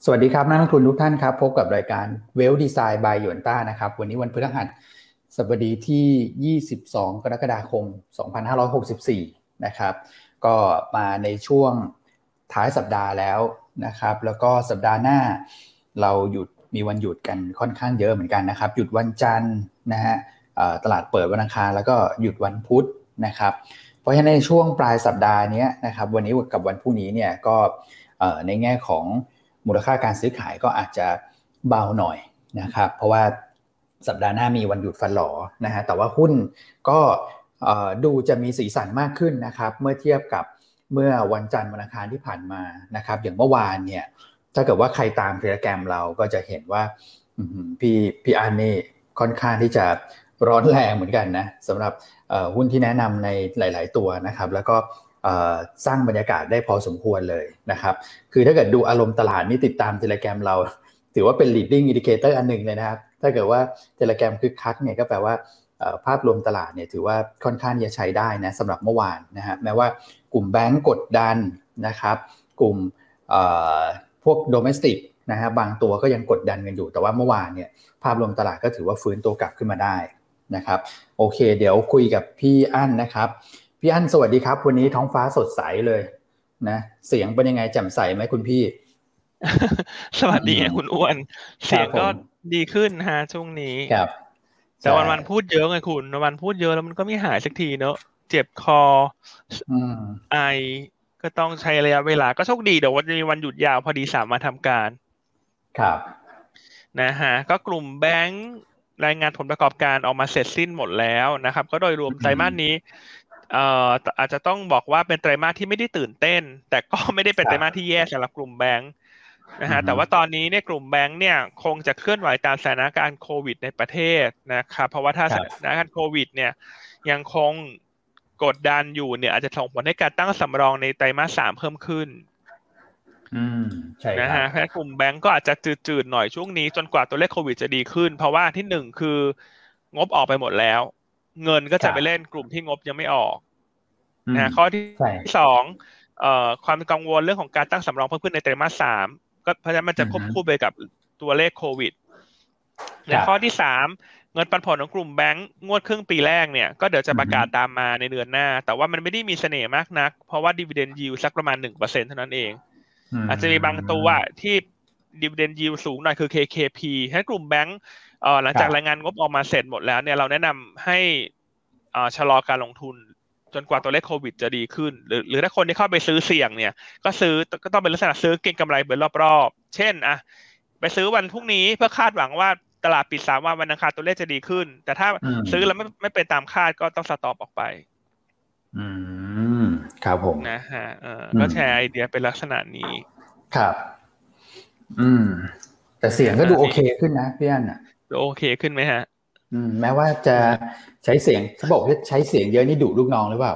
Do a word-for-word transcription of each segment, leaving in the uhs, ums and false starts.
สวัสดีครับนักลงทุนทุกท่านครับพบกับรายการ Wealth Design by หยวนต้านะครับวันนี้วันพฤหัสบดีที่ยี่สิบสองกรกฎาคมสองพันห้าร้อยหกสิบสี่นะครับก็มาในช่วงท้ายสัปดาห์แล้วนะครับแล้วก็สัปดาห์หน้าเราหยุดมีวันหยุดกันค่อนข้างเยอะเหมือนกันนะครับหยุดวันจันทร์นะฮะตลาดเปิดวันอังคารแล้วก็หยุดวันพุธนะครับเพราะฉะนั้นในช่วงปลายสัปดาห์นี้นะครับวันนี้กับวันพรุ่งนี้เนี่ยก็ในแง่ของมูลค่าการซื้อขายก็อาจจะเบาหน่อยนะครับเพราะว่าสัปดาห์หน้ามีวันหยุดฟันหลอนะฮะแต่ว่าหุ้นก็ดูจะมีสีสันมากขึ้นนะครับเมื่อเทียบกับเมื่อวันจันทร์วันอังคารที่ผ่านมานะครับอย่างเมื่อวานเนี่ยถ้าเกิดว่าใครตามโปรแกรมเราก็จะเห็นว่าพี่พี่อันนี่ค่อนข้างที่จะร้อนแรงเหมือนกันนะสำหรับหุ้นที่แนะนำในหลายๆตัวนะครับแล้วก็สร้างบรรยากาศได้พอสมควรเลยนะครับคือถ้าเกิดดูอารมณ์ตลาดนี่ติดตาม Telegram เราถือว่าเป็น leading indicator อันหนึ่งเลยนะครับถ้าเกิดว่า Telegram คึกคักเนี่ยก็แปลว่าภาพรวมตลาดเนี่ยถือว่าค่อนข้างจะใช้ได้นะสำหรับเมื่อวานนะฮะแม้ว่ากลุ่มแบงก์กดดันนะครับกลุ่มพวก domestic นะฮะบางตัวก็ยังกดดันกันอยู่แต่ว่าเมื่อวานเนี่ยภาพรวมตลาดก็ถือว่าฟื้นตัวกลับขึ้นมาได้นะครับโอเคเดี๋ยวคุยกับพี่อั้นนะครับพี่อั้นสวัสดีครับวันนี้ท้องฟ้าสดใสเลยนะเสียงเป็นยังไงแจ่มใสไหมคุณพี่สวัสดีคุณอ้วนเสียงก็ดีขึ้นฮะช่วงนี้ครับแต่วันวันพูดเยอะไงคุณวันพูดเยอะแล้วมันก็ไม่หายสักทีเนอะเจ็บคอไอก็ต้องใช้ระยะเวลาก็โชคดีเดี๋ยววันนี้วันหยุดยาวพอดีสามารถทำการครับนะฮะก็กลุ่มแบงค์รายงานผลประกอบการออกมาเสร็จสิ้นหมดแล้วนะครับก็โดยรวมไตรมาสนี้เอ่ออาจจะต้องบอกว่าเป็นไตรมาสที่ไม่ได้ตื่นเต้นแต่ก็ไม่ได้เป็นไตรมาสที่แย่สำหรับกลุ่มแบงค์นะฮะแต่ว่าตอนนี้เนี่ยกลุ่มแบงค์เนี่ยคงจะเคลื่อนไหวตามสถานการณ์โควิดในประเทศนะครับเพราะว่าถ้าสถานการณ์โควิดเนี่ยยังคงกดดันอยู่เนี่ยอาจจะส่งผลให้การตั้งสำรองในไตรมาสสามเพิ่มขึ้นอืมใช่นะฮะเพราะกลุ่มแบงก์ก็อาจจะจืดๆหน่อยช่วงนี้จนกว่าตัวเลขโควิดจะดีขึ้นเพราะว่าที่หนึ่งคืองบออกไปหมดแล้วเงินก็จะไปเล่นกลุ่มที่งบยังไม่ออกนะข้อที่สองเอ่อความกังวลเรื่องของการตั้งสำรองเพิ่มขึ้นในไตรมาสสามก็เพราะฉะนั้นมันจะควบคู่ไปกับตัวเลขโควิดและข้อที่สามเงินปันผลของกลุ่มแบงก์งวดครึ่งปีแรกเนี่ยก็เดี๋ยวจะประกาศตามมาในเดือนหน้าแต่ว่ามันไม่ได้มีเสน่ห์มากนักเพราะว่า dividend yield สักประมาณ หนึ่งเปอร์เซ็นต์ เท่านั้นเองอาจจะมีบางตัวที่ dividend yield สูงหน่อยคือ เค เค พี ให้กลุ่มแบงก์เอ่อหลังจากรายงานงบออกมาเสร็จหมดแล้วเนี่ยเราแนะนำให้อ่าชะลอการลงทุนจนกว่าตัวเลขโควิดจะดีขึ้นหรือหรือถ้าคนที่เข้าไปซื้อเสี่ยงเนี่ยก็ซื้อก็ต้องเป็นลักษณะซื้อเก็งกำไรเป็นรอบๆเช่นอ่ะไปซื้อวันพรุ่งนี้เพื่อคาดหวังว่าตลาดปิดสามวันวันอังคารตัวเลขจะดีขึ้นแต่ถ้าซื้อแล้วไม่ไม่เป็นตามคาดก็ต้องสต็อปออกไปอืมครับผมนะฮะเออก็แชร์ไอเดียเป็นลักษณะนี้ครับอืมแต่เสียงก็ดูโอเคขึ้นนะพี่อั้นอ่ะดูโอเคขึ้นไหมฮะอืมแม้ว่าจะใช้เสียงเขาบอกว่าใช้เสียงเยอะนี่ดุลูกน้องหรือเปล่า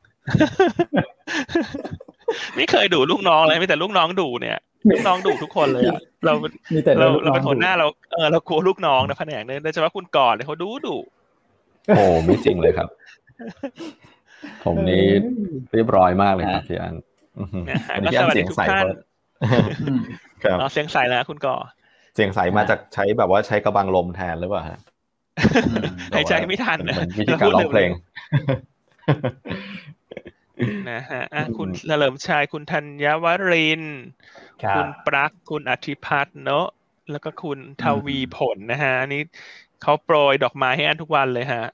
ไม่เคยดุลูกน้องเลยมีแต่ลูกน้องดุเนี่ยลูกน้องดุทุกคนเลยอ่ะเราเราเราเป็นหัวหน้าเราเออเรากลัวลูกน้องนะแผนกเนี่ยโดยเฉพาะคุณก่อนเลยเขาดุดุโอ้ไม่จริงเลยครับผมนี่เรียบร้อยมากเลยครับพี่อันก็สวัสดีทุกท่านครับเสียงใสแล้วคุณก่อเสียงใสมาจากใช้แบบว่าใช้กระบังลมแทนหรือเปล่าฮะหายใจไม่ทันนะวิธีการร้องเพลงนะฮะคุณเฉลิมชัยคุณธัญวรินทร์คุณปรักคุณอธิพัฒน์เนาะแล้วก็คุณทวีผลนะฮะอันนี้เขาโปรยดอกไม้ให้อันทุกวันเลยฮะ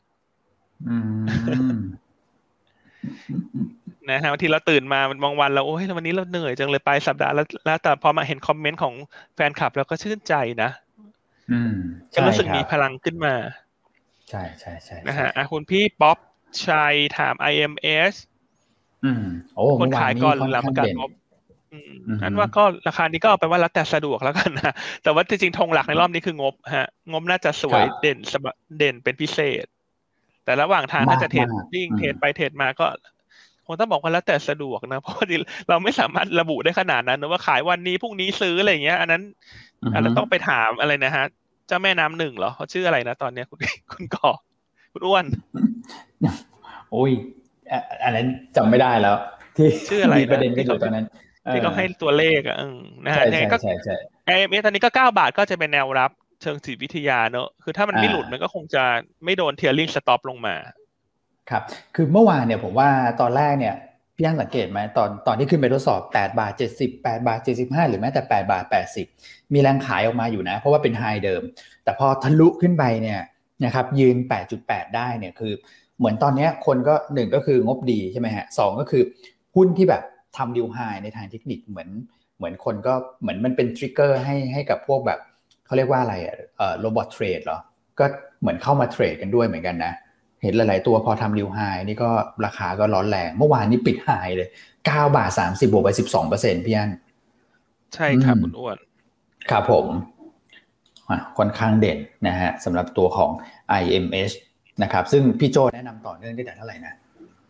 นะฮะบางทีเราตื่นมาบางวันเราโอ้ยวันนี้เราเหนื่อยจังเลยไปสัปดาห์แล้วแล้วแต่พอมาเห็นคอมเมนต์ของแฟนคลับเราก็ชื่นใจนะก็รู้สึกมีพลังขึ้นมาใช่ใช่ใช่นะฮะคุณพี่ป๊อปชัยถาม ไอ เอ็ม เอสอืมโอ้คนขายก่อนหลังประกาศงบอันว่าก็ราคานี้ก็เอาไปว่าแล้วแต่สะดวกแล้วกันนะแต่ว่าจริงๆธงหลักในรอบนี้คืองบฮะงบน่าจะสวยเด่นเด่นเป็นพิเศษแต่ระหว่างทางถ้าจะเทรดวิ่งเทรดไปเทรดมาก็คงต้องบอกว่าแล้วแต่สะดวกนะเพราะเราไม่สามารถระบุได้ขนาดนั้นนะว่าขายวันนี้พรุ่งนี้ซื้ออะไรอย่างเงี้ยอันนั้นอันนั้นต้องไปถามอะไรนะฮะเจ้าแม่น้ำหนึ่งเหรอเขาชื่ออะไรนะตอนเนี้ยคุณคุณก่อคุณอ้วนโอ้ยอันนั้นจำไม่ได้แล้วที่ชื่ออะไรมีประเด็นกันอยู่ตอนนั้นที่เขาให้ตัวเลขอ่ะนะฮะใช่ใช่ใช่ไอ เอ็ม เอส ตอนนี้ก็เก้าบาทก็จะเป็นแนวรับเชิงจิตวิทยาเนอะคือถ้ามันไม่หลุดมันก็คงจะไม่โดนเทียร์ลิ่งสต็อปลงมาครับคือเมื่อวานเนี่ยผมว่าตอนแรกเนี่ยพี่อั้นสังเกตไหมตอนตอนที่ขึ้นไปทดสอบแปดบาทเจ็ดสิบ แปดบาทเจ็ดสิบห้าหรือแม้แต่แปดบาทแปดสิบมีแรงขายออกมาอยู่นะเพราะว่าเป็นไฮเดิมแต่พอทะลุขึ้นไปเนี่ยนะครับยืน แปดจุดแปด ได้เนี่ยคือเหมือนตอนนี้คนก็หนึ่งก็คืองบดีใช่ไหมฮะสองก็คือหุ้นที่แบบทำดิวไฮในทางเทคนิคเหมือนเหมือนคนก็เหมือนมันเป็นทริกเกอร์ให้ให้กับพวกแบบเขาเรียกว่าอะไรอ่ะเอ่อโรบอทเทรดเหรอก็เหมือนเข้ามาเทรดกันด้วยเหมือนกันนะเห็นหลายๆตัวพอทำริวไฮนี่ก็ราคาก็ร้อนแรงเมื่อวานนี้ปิดไฮเลยเก้าบาทสามสิบบวกไป สิบสองเปอร์เซ็นต์ พี่อั้นใช่ครับคุณอ้วนครับผมค่อนข้างเด่นนะฮะสำหรับตัวของ ไอ เอ็ม เอส นะครับซึ่งพี่โจแนะนำต่อเนื่องได้แต่เท่าไหร่นะ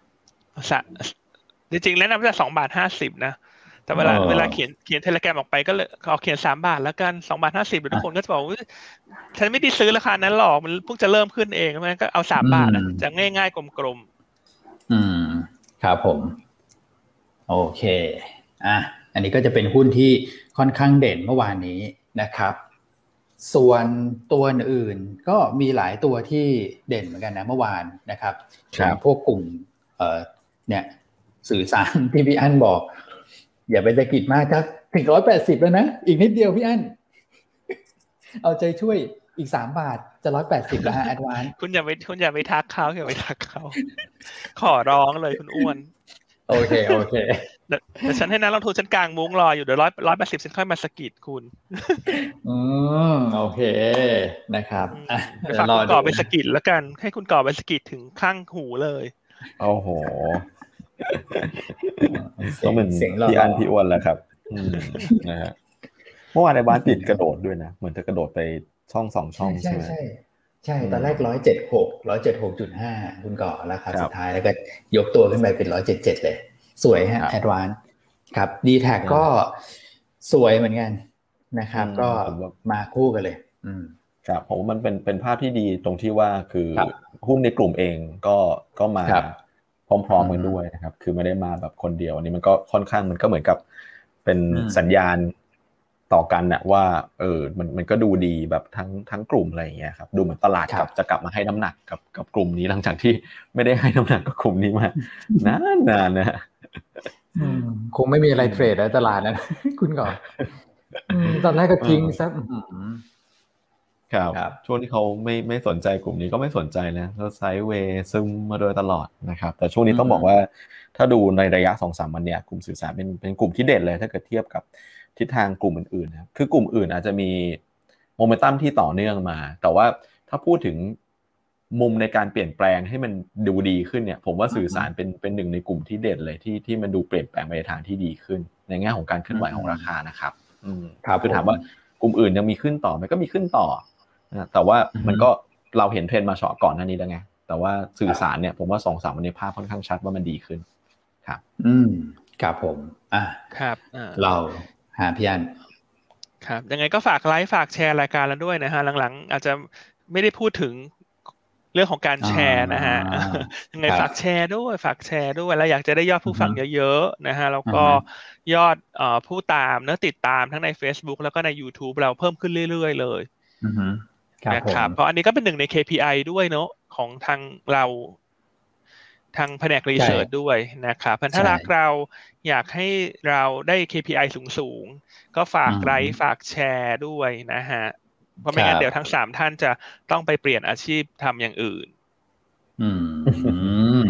จริงๆแนะนำแต่สองบาทห้าสิบนะแต่เวลาเวลาเขียนเขียนเทเลแกรมออกไปก็เลยเอาเขียนสามบาทแล้วกันสองบาทห้าสิบทุกคนก็จะบอกว่าฉันไม่ได้ซื้อราคานั้นหรอกมันเพิ่งจะเริ่มขึ้นเองมันก็เอาสามบาทนะจะง่ายๆกลมๆอืมครับผมโอเคอ่ะอันนี้ก็จะเป็นหุ้นที่ค่อนข้างเด่นเมื่อวานนี้นะครับส่วนตัวอื่นก็มีหลายตัวที่เด่นเหมือนกันนะเมื่อวานนะครับอย่างพวกกลุ่มเอ่อเนี่ยสื่อสารที่พี่อั้นบอกอย่าไปตะกิดมากครับถึงหนึ่งร้อยแปดสิบแล้วนะอีกนิดเดียวพี่อั้นเอาใจช่วยอีกสามบาทจะหนึ่งร้อยแปดสิบแล้วฮะแอดวานซ์คุณอย่าไปคุณอย่าไปทักเขาอย่าไปทักเขาขอร้องเลยคุณอ้วนโอเคโอเคแต่ฉันให้นักลงทุนฉันกลางมุ้งรออยู่เดี๋ยวร้อยร้อยแปดสิบฉันค่อยมาสกิดคุณอืมโอเคนะครับฝากคุณก่อไปสกิดแล้วกันให้คุณก่อไปสกิดถึงข้างหูเลยโอ้โหต้องเป็นพี่อันพี่อ้วนแล้วครับนะฮะเมื่อวานในบ้านปิดกระโดดด้วยนะเหมือนจะกระโดดไปช่องสองช่องใช่ไหมใช่ใช่ตอนแรกร้อยเจ็ดหกร้อยเจ็ดหกจุดห้าคุณก่อราคาสุดท้ายแล้วก็ยกตัวขึ้นไปเป็นร้อยเจ็ดเจ็ดเลยสวยฮะแอดวานซ์ครับ ดี แท็ก ก็สวยเหมือนกันนะครับก็มาคู่กันเลยอืมครับผมว่ามันเป็นเป็นภาพที่ดีตรงที่ว่าคือหุ้นในกลุ่มเองก็ก็มาพร้อมๆกันด้วยนะครับคือไม่ได้มาแบบคนเดียวอันนี้มันก็ค่อนข้างมันก็เหมือนกับเป็นสัญญาณต่อกันนะว่าเออมันมันก็ดูดีแบบทั้งทั้งกลุ่มอะไรอย่างเงี้ยครับดูเหมือนตลาดกับจะกลับมาให้น้ำหนักกับกับกลุ่มนี้หลังจากที่ไม่ได้ให้น้ำหนักกับกลุ่มนี้มานานๆนะคงไม่มีอะไรเทรดแล้วตลาดนะคุณก่อนตอนแรกก็ทิ้งซะครับช่วงที่เขาไม่ไม่สนใจกลุ่มนี้ก็ไม่สนใจนะก็ไซด์เวย์ซึมมาโดยตลอดนะครับแต่ช่วงนี้ต้องบอกว่าถ้าดูในระยะ สองถึงสาม วันเนี่ยกลุ่มสื่อสารเป็นเป็นกลุ่มที่เด่นเลยถ้าเกิดเทียบกับทิศทางกลุ่มอื่นๆนะคือกลุ่มอื่นอาจจะมีโมเมนตัมที่ต่อเนื่องมาแต่ว่าถ้าพูดถึงมุมในการเปลี่ยนแปลงให้มันดูดีขึ้นเนี่ยผมว่าสื่อสารเป็นเป็นหนึ่งในกลุ่มที่เด่นเลยที่ที่มันดูเปลี่ยนแปลงไปในทางที่ดีขึ้นในแง่ของการเคลื่อนไหวของราคานะครับอืมคือถามว่ากลุ่มอื่นยังมีขึ้นต่อไหมก็มีขึ้นต่อแต่ว่ามันก็เราเห็นเทรนด์มาเฉาะก่อนหน้านี้แล้วไงแต่ว่าสื่อสารเนี่ยผมว่า สองถึงสาม วันนี้ภาพค่อนข้างชัดว่ามันดีขึ้นครับอืมครับผมอ่ะครับเราหาพี่อันครับยังไงก็ฝากไลค์ฝากแชร์รายการเราด้วยนะฮะหลังๆอาจจะไม่ได้พูดถึงเรื่องของการแชร์นะฮะยังไงฝากแชร์ด้วยฝากแชร์ด้วยแล้วอยากจะได้ยอดผู้ฟังเยอะๆนะฮะแล้วก็ยอดผู้ตามเนื้อติดตามทั้งใน Facebook แล้วก็ใน YouTube เราเพิ่มขึ้นเรื่อยๆเลยนะครับเพราะอันนี้ก็เป็นหนึ่งใน เค พี ไอ ด้วยเนาะของทางเราทางแผนกรีเสิร์ชด้วยนะครับถ้ารักเราอยากให้เราได้ เค พี ไอ สูงๆก็ฝากไลค์ฝากแชร์ด้วยนะฮะเพราะไม่งั้นเดี๋ยวทั้งสามท่านจะต้องไปเปลี่ยนอาชีพทำอย่างอื่นอืม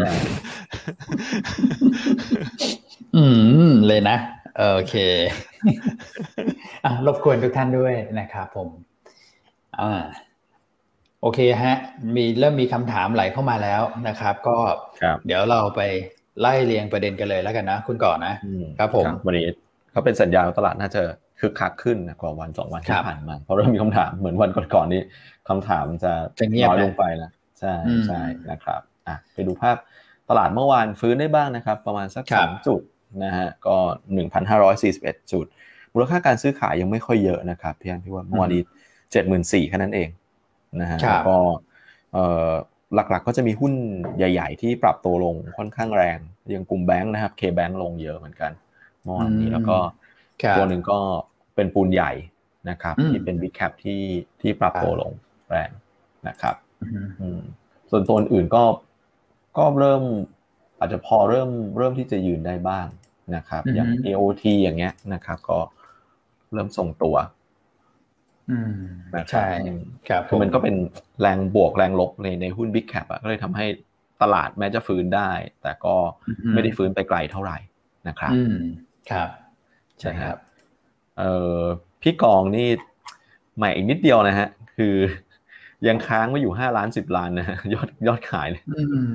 อืมเลยนะโอเคอ่ะรบกวนทุกท่านด้วยนะครับผมอ่าโอเคฮะมีเริ่มมีคำถามไหลเข้ามาแล้วนะครับก็เดี๋ยวเราไปไล่เรียงประเด็นกันเลยแล้วกันนะคุณก่อนนะครับผมวันนี้เขาเป็นสัญญาณตลาดน่าจะคึกคักขึ้นกว่าวันสองวันที่ผ่านมาเพราะเริ่มมีคำถามเหมือนวันก่อนๆนี้คำถามจะน้อยลงไปแล้วใช่ใช่นะครับอ่ะไปดูภาพตลาดเมื่อวานฟื้นได้บ้างนะครับประมาณสักสองจุดนะฮะก็ หนึ่งพันห้าร้อยสี่สิบเอ็ด จุดมูลค่าการซื้อขายยังไม่ค่อยเยอะนะครับพี่อันพี่ว่าเมื่อวานนี้ เจ็ดหมื่นสี่พัน แค่นั้นเองนะฮะก็เอ่อหลักๆก็จะมีหุ้นใหญ่ๆที่ปรับตัวลงค่อนข้างแรงอย่างกลุ่มแบงค์นะครับ K-Bank ลงเยอะเหมือนกันเมื่อวานนี้แล้วก็ตัวหนึ่งก็เป็นปูนใหญ่นะครับที่เป็น Big Cap ที่ที่ปรับตัวลงแรงนะครับส่วนโซนอื่นก็ก็เริ่มอาจจะพอเริ่มเริ่มที่จะยืนได้บ้างนะครับอย่าง เอ โอ ที อย่างเงี้ยนะครับก็เริ่มทรงตัวอืมใช่ครับคือมันก็เป็นแรงบวกแรงลบในในหุ้น Big Cap อ่ะก็เลยทำให้ตลาดแม้จะฟื้นได้แต่ก็ไม่ได้ฟื้นไปไกลเท่าไหร่นะครับอืมครับใช่ครับเอ่อพี่กองนี่ใหม่อีกนิดเดียวนะฮะคือยังค้างไว้อยู่ห้าล้านสิบล้านนะฮะยอดยอดขายเนี่ย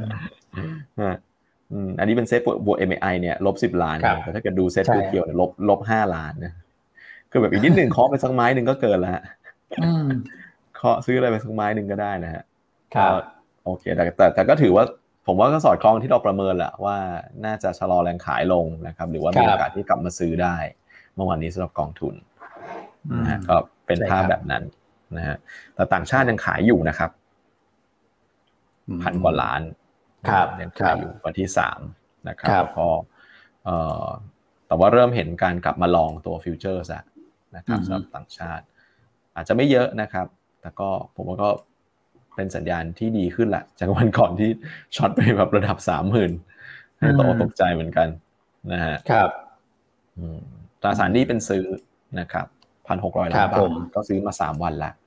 อืมอันนี้เป็นเซตบวก เอ็ม เอ ไอ เนี่ยลบสิบล้านแต่ถ้าเกิดดูเซตตัวเขียวเนี่ยลบลบห้าล้านนะคือแบบอีกนิดนึงเคาะไปสักไม้นึงก็เกินแล้วฮะเคาะซื้ออะไรไปสักไม้นึงก็ได้นะฮะครับโอเคแต่แต่แต่ก็ถือว่าผมว่าก็สอดคล้องที่เราประเมินแหละว่าน่าจะชะลอแรงขายลงนะครับหรือว่ามีโอกาสที่กลับมาซื้อได้เมื่อวานนี้สำหรับกองทุนนะฮะก็เป็นภาพแบบนั้นนะฮะแต่ต่างชาติยังขายอยู่นะครับพันกว่าล้านยังขายอยู่วันที่สามนะครับแล้วก็เอ่อแต่ว่าเริ่มเห็นการกลับมาลองตัวฟิวเจอร์ซะนะครับสำหรับต่างชาติอาจจะไม่เยอะนะครับแต่ก็ผมว่าก็เป็นสัญญาณที่ดีขึ้นแหละจากวันก่อนที่ช็อตไปแบบระดับ สามหมื่น ให้ตกตกใจเหมือนกันนะฮะครับตราสารหนี้เป็นซื้อนะครับ หนึ่งพันหกร้อย ล้านบาทก็ซื้อมาสามวันแล้ว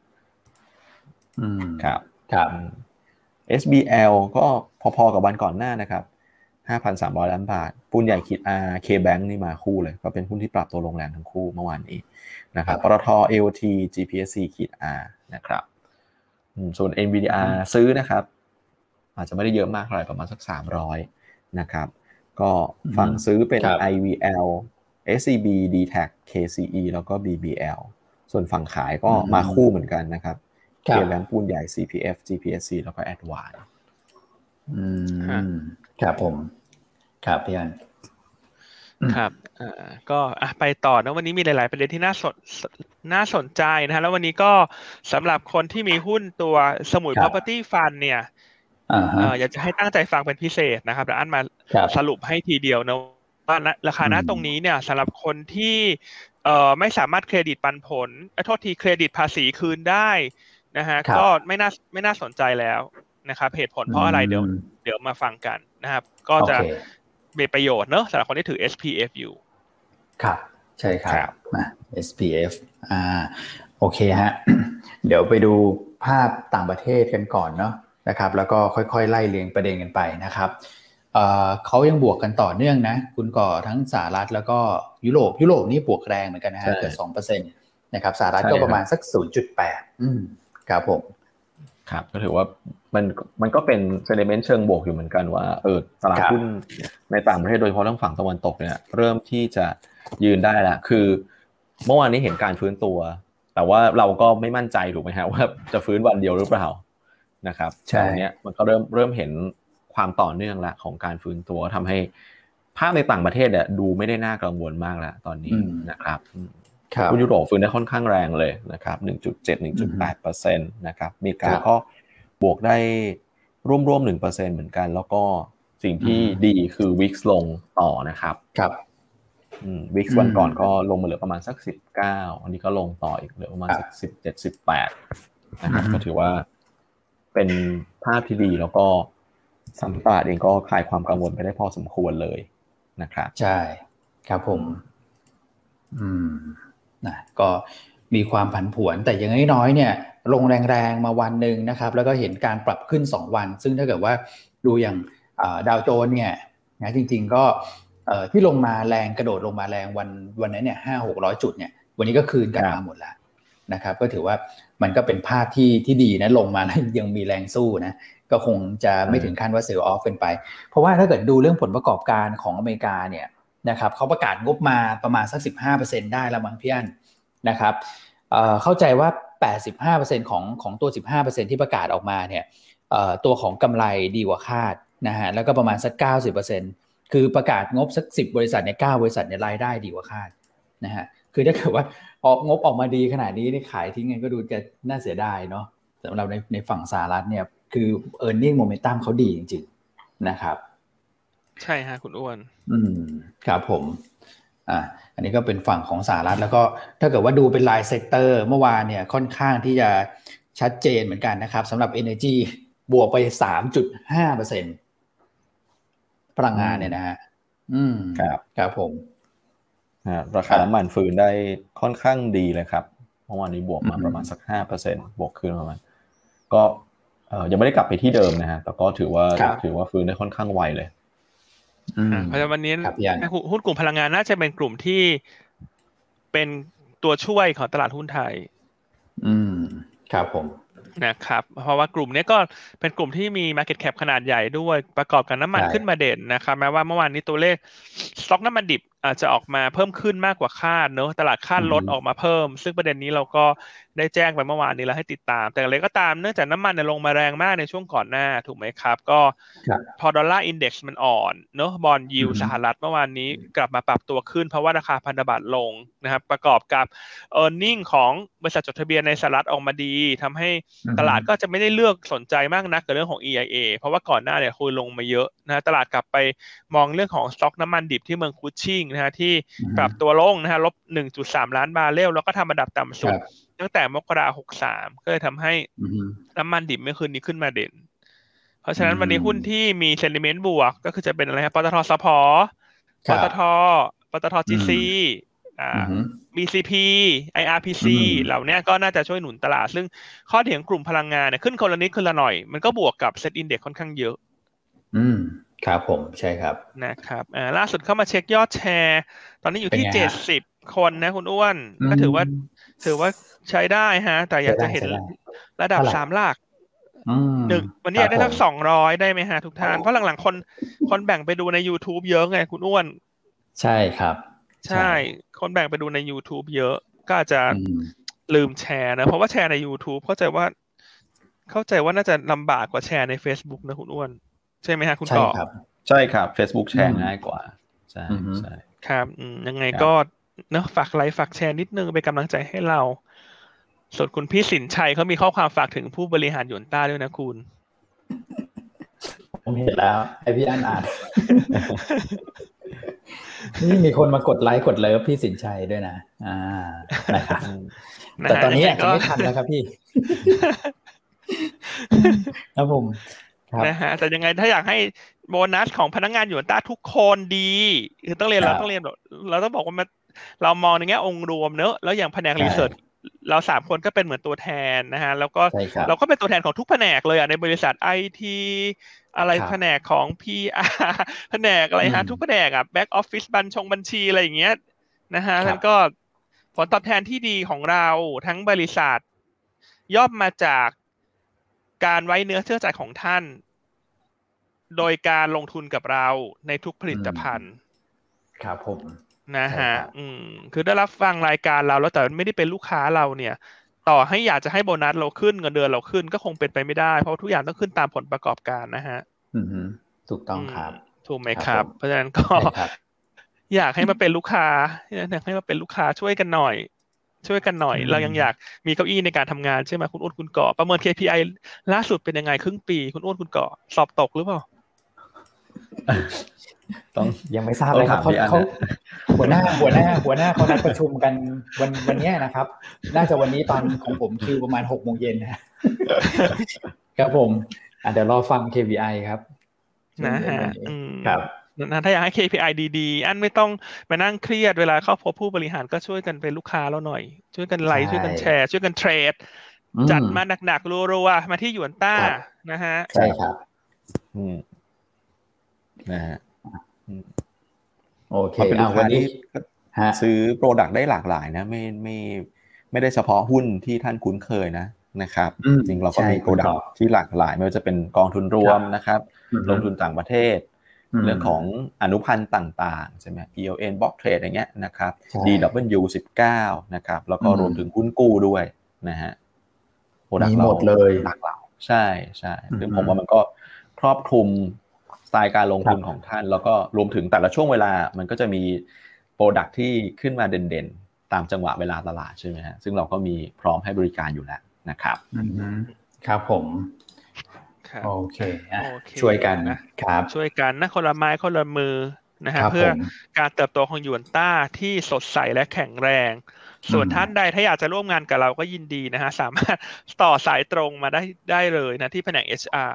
ครับครับเอส บี แอล ก็พอๆกับวันก่อนหน้านะครับ ห้าพันสามร้อย ล้านบาทหุ้นใหญ่ขีด R K-Bank นี่มาคู่เลยก็เป็นหุ้นที่ปรับตัวลงแรงทั้งคู่เมื่อวานนี้นะครับปตท เอ โอ ที จี พี เอส ซี ขีด R นะครับส่วน เอ็น วี ดี อาร์ ซื้อนะครับอาจจะไม่ได้เยอะมากเท่าไหร่ประมาณสักสามร้อยนะครับก็ฝั่งซื้อเป็น ไอ วี แอล เอส ซี บี ดี แท็ก เค ซี อี แล้วก็ บี บี แอล ส่วนฝั่งขายก็มาคู่เหมือนกันนะครับ K-Bank หุ้นใหญ่ ซี พี เอฟ จี พี เอส ซี แล้วก็ Advance อืมครับผมครับพี่อันครับอ่าก็อ่ะไปต่อนะวันนี้มีหลายๆประเด็นที่น่าสนน่าสนใจนะฮะแล้ววันนี้ก็สำหรับคนที่มีหุ้นตัวสมุย property fund เนี่ยอ่าอยากจะให้ตั้งใจฟังเป็นพิเศษนะครับแล้วอันมาสรุปให้ทีเดียวนะว่าราคาณตรงนี้เนี่ยสำหรับคนที่เอ่อไม่สามารถเครดิตปันผลโทษทีเครดิตภาษีคืนได้นะฮะก็ไม่น่าไม่น่าสนใจแล้วนะครับเหตุผลเพราะอะไรเดี๋ยวเดี๋ยวมาฟังกันนะครับก็จะมีประโยชน์เนอะสำหรับคนที่ถือ เอส พี เอฟ อยู่ครับใช่ครับมา เอส พี เอฟ อ่าโอเคฮะ เดี๋ยวไปดูภาพต่างประเทศกันก่อนเนาะนะครับแล้วก็ค่อยๆไล่เรียงประเด็นกันไปนะครับเอ่อเขายังบวกกันต่อเนื่องนะคุณก่อทั้งสหรัฐแล้วก็ยุโรปยุโรปนี่บวกแรงเหมือนกันนะฮะเกือบ สองเปอร์เซ็นต์ นะครับสหรัฐก็ประมาณสัก ศูนย์จุดแปด อืมครับผมครับก็ถือว่ามันมันก็เป็นเซนิเมนต์เชิงบวกอยู่เหมือนกันว่าเออตลาดหุ้นในต่างประเทศโดยเฉพาะทางฝั่งตะวันตกเนี่ยเริ่มที่จะยืนได้แล้วคือเมื่อวานนี้เห็นการฟื้นตัวแต่ว่าเราก็ไม่มั่นใจถูกไหมฮะว่าจะฟื้นวันเดียวหรือเปล่านะครับตอนนี้มันก็เริ่มเริ่มเห็นความต่อเนื่องละของการฟื้นตัวทำให้ภาพในต่างประเทศเนี่ยดูไม่ได้น่ากังวลมากแล้วตอนนี้นะครับหุ้นยุโรปฟื้นได้ค่อนข้างแรงเลยนะครับ หนึ่งจุดเจ็ด หนึ่งจุดแปดเปอร์เซ็นต์ นะครับอเมริกาก็บวกได้ร่วมๆ หนึ่งเปอร์เซ็นต์ เหมือนกันแล้วก็สิ่งที่ดีคือ วี ไอ เอ็กซ์ ลงต่อนะครับครับอืม วี ไอ เอ็กซ์ วันก่อนก็ลงมาเหลือประมาณสักสิบเก้าอันนี้ก็ลงต่ออีกเหลือประมาณสักสิบเจ็ด สิบแปดนะครับก็ถือว่าเป็นภาพที่ดีแล้วก็สำหรับตลาดเองก็คลายความกังวลไปได้พอสมควรเลยนะครับใช่ครับผมอืมนะก็มีความผันผวนแต่อย่างน้อยๆเนี่ยลงแรงๆมาวันนึงนะครับแล้วก็เห็นการปรับขึ้นสองวันซึ่งถ้าเกิดว่าดูอย่างดาวโจนส์เนี่ยนะจริงๆก็ที่ลงมาแรงกระโดดลงมาแรงวันวันนั้นเนี่ย ห้าหกร้อย จุดเนี่ยวันนี้ก็คืนกลับมาหมดแล้วนะครับก็ถือว่ามันก็เป็นภาพที่ที่ดีนะลงมาแล้วยังมีแรงสู้นะก็คงจะไม่ถึงขั้นว่าเซลล์ออฟเป็นไปเพราะว่าถ้าเกิดดูเรื่องผลประกอบการของอเมริกาเนี่ยนะครับเขาประกาศงบมาประมาณสัก สิบห้าเปอร์เซ็นต์ ได้แล้วมั้งพี่อั้นนะครับ เอ่อเข้าใจว่า แปดสิบห้าเปอร์เซ็นต์ ของของตัว สิบห้าเปอร์เซ็นต์ ที่ประกาศออกมาเนี่ยเอ่อตัวของกำไรดีกว่าคาดนะฮะแล้วก็ประมาณสัก เก้าสิบเปอร์เซ็นต์ คือประกาศงบสักสิบบริษัทเนี่ยเก้าบริษัทเนี่ยรายได้ดีกว่าคาดนะฮะคือถ้าเกิดว่าออกงบออกมาดีขนาดนี้นี่ขายทิ้งไงก็ดูจะน่าเสียดายเนาะสำหรับในในฝั่งสหรัฐเนี่ยคือ earning momentum เขาดีจริงๆนะครับใช่ฮะคุณอ้วนอืมครับผมอ่าอันนี้ก็เป็นฝั่งของสหรัฐแล้วก็ถ้าเกิดว่าดูเป็นรายเซกเตอร์เมื่อวานเนี่ยค่อนข้างที่จะชัดเจนเหมือนกันนะครับสำหรับ Energy บวกไป สามจุดห้าเปอร์เซ็นต์ พลังงานเนี่ยนะฮะอืมครับครับผมราคาน้ำมันฟืนได้ค่อนข้างดีเลยครับเมื่อวานนี้บวกมาประมาณสัก ห้าเปอร์เซ็นต์ บวกขึ้นประมาณก็เอ่อยังไม่ได้กลับไปที่เดิมนะฮะแต่ก็ถือว่าถือว่าฟื้นได้ค่อนข้างไวเลยเพราะฉะนั้นวันนี้หุ้นกลุ่มพลังงานน่าจะเป็นกลุ่มที่เป็นตัวช่วยของตลาดหุ้นไทยอืมครับผมนะครับเพราะว่ากลุ่มนี้ก็เป็นกลุ่มที่มี market cap ขนาดใหญ่ด้วยประกอบกับน้ำมันขึ้นมาเด่นนะครับแม้ว่าเมื่อวานนี้ตัวเลขสต็อกน้ำมันดิบอาจจะออกมาเพิ่มขึ้นมากกว่าคาดเนอะตลาดคาดลดออกมาเพิ่มซึ่งประเด็นนี้เราก็ได้แจ้งไปเมื่อวานนี้แล้วให้ติดตามแต่อะไรก็ตามเนื่องจากน้ำมันเนี่ยลงมาแรงมากในช่วงก่อนหน้าถูกไหมครับก็พอดอลลาร์อินเด็กซ์มันอ่อนเนอะบอนด์ยิลด์สหรัฐเมื่อวานนี้กลับมาปรับตัวขึ้นเพราะว่าราคาพันธบัตรลงนะครับประกอบกับ earning ของบริษัทจดทะเบียนในสหรัฐออกมาดีทำให้ตลาดก็จะไม่ได้เลือกสนใจมากนักกับเรื่องของ อี ไอ เอ เพราะว่าก่อนหน้าเนี่ยคุยลงมาเยอะนะตลาดกลับไปมองเรื่องของสต็อกน้ำมันดิบที่เมืองคุชชิงนะฮะที่ปรับตัวลงนะฮะลบ หนึ่งจุดสาม ล้านบาร์เรลแล้วก็ทำอันดับต่ำสุดตั้งแต่มกราคมหกสิบสามก็เลยทำให้น้ำมันดิบเมื่อคืนนี้ขึ้นมาเด่นเพราะฉะนั้นวันนี้หุ้นที่มีเซนติเมนต์บวกก็คือจะเป็นอะไรครับปตท.สผ.ปตท.ปตท. จี ซี อ่า บี ซี พี ไอ อาร์ พี ซี เหล่านี้ก็น่าจะช่วยหนุนตลาดซึ่งข้อดีของกลุ่มพลังงานเนี่ยขึ้นคนละนิดคนละหน่อยมันก็บวกกับเซ็ตอินเด็กซ์ค่อนข้างเยอะอืมครับผมใช่ครับนะครับอ่าล่าสุดเข้ามาเช็คยอดแชร์ตอนนี้อยู่ที่เจ็ดสิบคนนะคุณอ้วนก็ถือว่าถือว่าใช้ได้ฮะแต่อยากจะเห็นระดับสามหลักหนึ่งวันนี้อยากได้สักสองร้อยได้ไหมฮะทุกท่านเพราะหลังๆคนคนแบ่งไปดูใน YouTube เยอะไงคุณอ้วนใช่ครับใช่คนแบ่งไปดูใน YouTube เยอะก็อาจจะลืมแชร์นะเพราะว่าแชร์ใน YouTube เข้าใจว่าเข้าใจว่าน่าจะลำบากกว่าแชร์ใน Facebook นะคุณอ้วนใช่ไหมฮะคุณต่อใช่ครับใช่ครับ Facebook แชร์ง่ายกว่าใช่ใช่ครับยังไงก็เนาะฝากไลค์ฝากแชร์นิดนึงเป็นกำลังใจให้เราส่วนคุณพี่สินชัยเขามีข้อความฝากถึงผู้บริหารหยวนต้าด้วยนะคุณผมเห็นแล้วไอพี่อ่านอ่านนี่มีคนมากดไลค์กดเลิฟพี่สินชัยด้วยนะอ่านะครับแต่ตอนนี้อาจจะไม่ทันแล้วครับพี่ครับผมนะฮะแต่ยังไงถ้าอยากให้โบนัสของพนักงานหยวนต้าทุกคนดีคือต้องเรียนเราต้องเรียนเราต้องบอกว่ามันเรามองในแง่องค์รวมเนอะแล้วอย่างแผนกรีเสิร์ชเราสามคนก็เป็นเหมือนตัวแทนนะฮะแล้วก็เราก็เป็นตัวแทนของทุกแผนกเลยอ่ะในบริษัท ไอ ที อะไรแผนกของ พี อาร์ แผนกอะไรฮะทุกแผนกอ่ะแบ็กออฟฟิศบัญชงบัญชีอะไรอย่างเงี้ยนะฮะแล้วก็ผลตอบแทนที่ดีของเราทั้งบริษัทย่อมมาจากการไว้เนื้อเชื่อใจของท่านโดยการลงทุนกับเราในทุกผลิตภัณฑ์ครับผมนะฮะอืมคือได้รับฟังรายการเราแล้วแต่ไม่ได้เป็นลูกค้าเราเนี่ยต่อให้อยากจะให้โบนัสเราขึ้นเงินเดือนเราขึ้นก็คงเป็นไปไม่ได้เพราะทุกอย่างต้องขึ้นตามผลประกอบการนะฮะอืมถูกต้องครับถูกไหมครับเพราะฉะนั้นก็อยากให้มาเป็นลูกค้าอยากให้มาเป็นลูกค้าช่วยกันหน่อยช่วยกันหน่อยเรายังอยากมีเก้าอี้ในการทำงานใช่ไหมคุณอ้วนคุณก่อประเมิน เค พี ไอ ล่าสุดเป็นยังไงครึ่งปีคุณอ้วนคุณก่อสอบตกหรือเปล่าต้องยังไม่ทราบเลยครับเขาเขาหัวหน้าหัวหน้าหัวหน้าเขานัดประชุมกันวันวันนี้นะครับน่าจะวันนี้ตอนของผมคิวประมาณหกโมงเย็นนะครับผมเดี๋ยวรอฟัง เค พี ไอ ครับนะฮะครับนะถ้าอยากให้ เค พี ไอ ดีๆอันไม่ต้องมานั่งเครียดเวลาเข้าพบผู้บริหารก็ช่วยกันเป็นลูกค้าเราหน่อยช่วยกันไลค์ช่วยกันแชร์ช่วยกันเทรดจัดมาหนักๆรัวๆมาที่หยวนต้านะฮะใช่ครับอืมนะฮะโอเคอ่ะวันนี้ซื้อโปรดักต์ได้หลากหลายนะไม่ไม่ไม่ได้เฉพาะหุ้นที่ท่านคุ้นเคยนะนะครับจริงเราก็มีโปรดักต์ที่หลากหลายไม่ว่าจะเป็นกองทุนรวมนะครับลงทุนต่างประเทศเรื่องของอนุพันธ์ต่างๆใช่ไหม อี แอล เอ็น Block Trade อย่างเงี้ยนะครับ ดี ดับเบิลยู สิบเก้า นะครับแล้วก็รวมถึงหุ้นกู้ด้วยนะฮะโปรดักต์หมดเลยหลากหลายใช่ใช่ซึ่งผมว่ามันก็ครอบคลุมสไตล์การลงทุนของท่านแล้วก็รวมถึงแต่ละช่วงเวลามันก็จะมีโปรดักต์ที่ขึ้นมาเด่นๆตามจังหวะเวลาตลาดใช่ไหมฮะซึ่งเราก็มีพร้อมให้บริการอยู่แล้วนะครับครับผมโอเคช่วยกันนะครับช่วยกันนะคนละไม้คนละมือนะฮะเพื่อการเติบโตของหยวนต้าที่สดใสและแข็งแรงส่วนท่านใดถ้าอยากจะร่วมงานกับเราก็ยินดีนะฮะสามารถต่อสายตรงมาได้ได้เลยนะที่แผนก เอช อาร์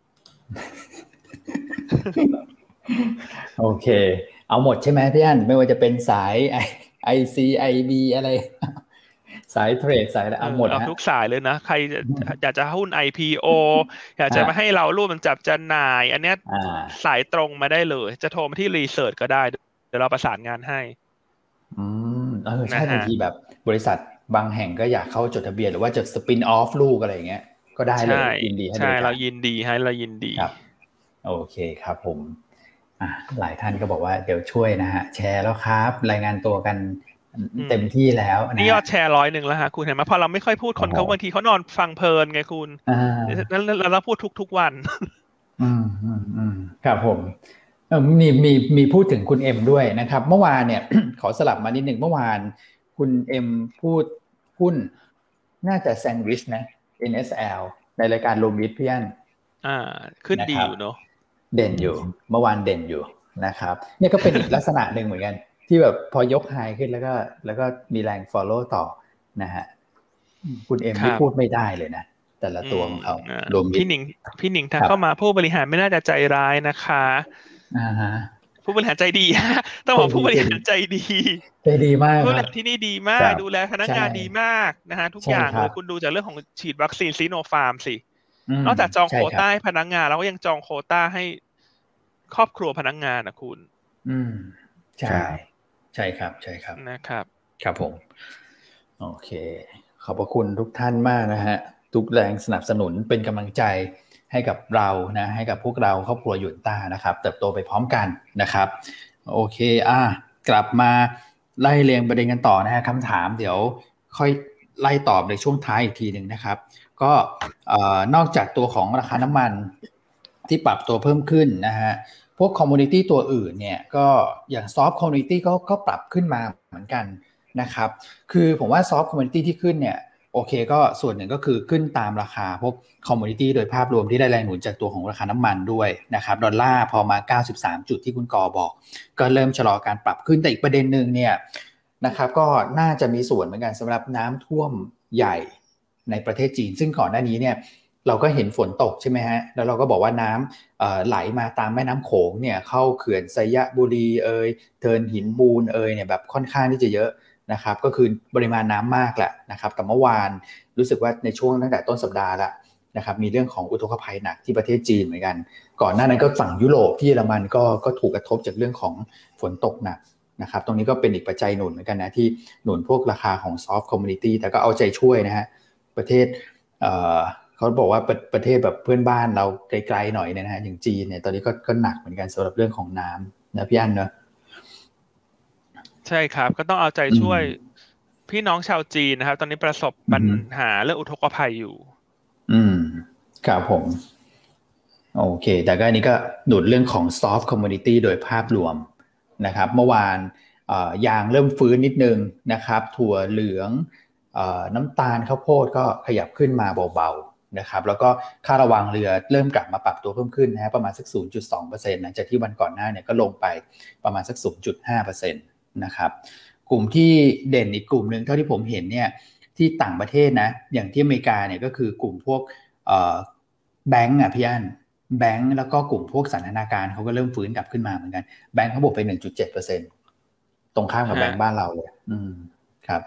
โอเคเอาหมดใช่ไหมพี่อั้นไม่ว่าจะเป็นสาย ไอ ซี ไอ บี อะไรสายเทรดสายอะไรเอาหมดเอาทุกสายเลยนะใครอยากจะหุ้น ไอ พี โอ อยากจะมาให้เราร่วมจับจำหน่ายอันเนี้ยสายตรงมาได้เลยจะโทรมาที่รีเสิร์ชก็ได้เดี๋ยวเราประสานงานให้อืมเออใช่บางทีแบบบริษัทบางแห่งก็อยากเข้าจดทะเบียนหรือว่าจะสปินออฟลูกอะไรอย่างเงี้ยก็ได้เลยยินดีให้ใช่เรายินดีให้เรายินดีครับโอเคครับผมอ่ะหลายท่านก็บอกว่าเดี๋ยวช่วยนะฮะแชร์แล้วครับรายงานตัวกันเต็มที่แล้วนะนี่ยอดแชร์ร้อยหนึ่งแล้วฮะคุณเห็นไหมพอเราไม่ค่อยพูดคนเขาบางทีเขานอนฟังเพลินไงคุณแล้วเราพูดทุกๆวันอืมอืมอืมครับผมเออมีมีมีพูดถึงคุณเอ็มด้วยนะครับเมื่อวานเนี่ย ขอสลับมานิดหนึ่งเมื่อวานคุณเอ็มพูดหุ้นน่าจะแซนด์วิชนะ เอ็น เอส แอล ในรายการรวมวิทย์พี่อั้นอ่าขึ้นดีอยู่เนาะเด่นอยู่เมื่อวานเด่นอยู่นะครับเนี่ยก็เป็นอีกลักษณะหนึ่งเหมือนกันที่แบบพอยกไฮขึ้นแล้วก็แล้วก็มีแรง follow ต่อนะฮะคุณเอ็มที่พูดไม่ได้เลยนะแต่ละตัวของเขารวมพี่หนิงพี่หนิงถ้าเข้ามาผู้บริหารไม่น่าจะใจร้ายนะคะอ่าฮะผู้บริหารใจดีต้องบอกผู้บริหารใจดีใจดีมากผู้บริหารที่นี่ดีมากดูแลพนักงานดีมากนะฮะทุกอย่างเลยคุณดูจากเรื่องของฉีดวัคซีนซีโนฟาร์มสินอกจากจองโควต้าให้พนักงานแล้วก็ยังจองโควต้าให้ครอบครัวพนักงานนะคุณอืมใช่ใช่ครับใช่ครับนะครับครับผมโอเคขอบพระคุณทุกท่านมากนะฮะทุกแรงสนับสนุนเป็นกำลังใจให้กับเรานะให้กับพวกเราครอบครัวหยวนต้านะครับเติบโตไปพร้อมกันนะครับโอเคอ่ะกลับมาไล่เรียงประเด็นกันต่อนะฮะคำถามเดี๋ยวค่อยไล่ตอบในช่วงท้ายอีกทีนึงนะครับก็นอกจากตัวของราคาน้ำมันที่ปรับตัวเพิ่มขึ้นนะฮะพวกคอมมูนิตี้ตัวอื่นเนี่ยก็อย่างซอฟต์คอมมูนิตี้ก็ก็ปรับขึ้นมาเหมือนกันนะครับคือผมว่าซอฟต์คอมมูนิตี้ที่ขึ้นเนี่ยโอเคก็ส่วนหนึ่งก็คือขึ้นตามราคาพวกคอมมูนิตี้โดยภาพรวมที่ได้แรงหนุนจากตัวของราคาน้ำมันด้วยนะครับดอลลาร์พอมาเก้าสิบสามจุดที่คุณกอบอกก็เริ่มชะลอการปรับขึ้นแต่อีกประเด็นนึงเนี่ยนะครับก็น่าจะมีส่วนเหมือนกันสำหรับน้ำท่วมใหญ่ในประเทศจีนซึ่งก่อนหน้านี้เนี่ยเราก็เห็นฝนตกใช่ไหมฮะแล้วเราก็บอกว่าน้ำไหลมาตามแม่น้ำโขงเนี่ยเข้าเขื่อนไซยะบุรีเอยเทินหินบูนเอยเนี่ยแบบค่อนข้างที่จะเยอะนะครับก็คือปริมาณน้ำมากแหละนะครับแต่เมื่อวานรู้สึกว่าในช่วงตั้งแต่ต้นสัปดาห์ละนะครับมีเรื่องของอุทกภัยหนักที่ประเทศจีนเหมือนกันก่อนหน้านั้นก็ฝั่งยุโรปที่เยอรมันก็ก็ถูกกระทบจากเรื่องของฝนตกหนักนะครับตรงนี้ก็เป็นอีกปัจจัยหนุนเหมือนกันนะที่หนุนพวกราคาของซอฟต์คอมมูนิตี้แต่ก็เอาใจช่วยนะฮะประเทศเอ่อเขาบอกว่าประประเทศแบบเพื่อนบ้านเราไกลๆหน่อยเนี่ยนะฮะอย่างจีนเนี่ยตอนนี้ก็ก็หนักเหมือนกันสำหรับเรื่องของน้ำนะพี่อั้นเนอะใช่ครับก็ต้องเอาใจช่วยพี่น้องชาวจีนนะครับตอนนี้ประสบปัญหาเรื่องอุทกภัยอยู่อืมครับผมโอเคแต่ก็อันนี้ก็หนุนเรื่องของ soft commodity โดยภาพรวมนะครับเมื่อวานยางเริ่มฟื้นนิดนึงนะครับถั่วเหลืองน้ำตาลข้าวโพดก็ขยับขึ้นมาเบาๆนะครับแล้วก็ค่าระวังเรือเริ่มกลับมาปรับตัวเพิ่มขึ้นนะฮะประมาณสัก ศูนย์จุดสองเปอร์เซ็นต์ หลังจากที่วันก่อนหน้าเนี่ยก็ลงไปประมาณสัก ศูนย์จุดห้าเปอร์เซ็นต์ นะครับกลุ่มที่เด่นอีกกลุ่มนึงเท่าที่ผมเห็นเนี่ยที่ต่างประเทศนะอย่างที่อเมริกาเนี่ยก็คือกลุ่มพวกแบงก์อ่ะพี่อั้นแบงก์แล้วก็กลุ่มพวกสันทนาการเขาก็เริ่มฟื้นกลับขึ้นมาเหมือนกันแบงก์เขาบวกไป หนึ่งจุดเจ็ดเปอร์เซ็นต์ ตรงข้ามกับแบงก์บ้านเราเลยอืมครับ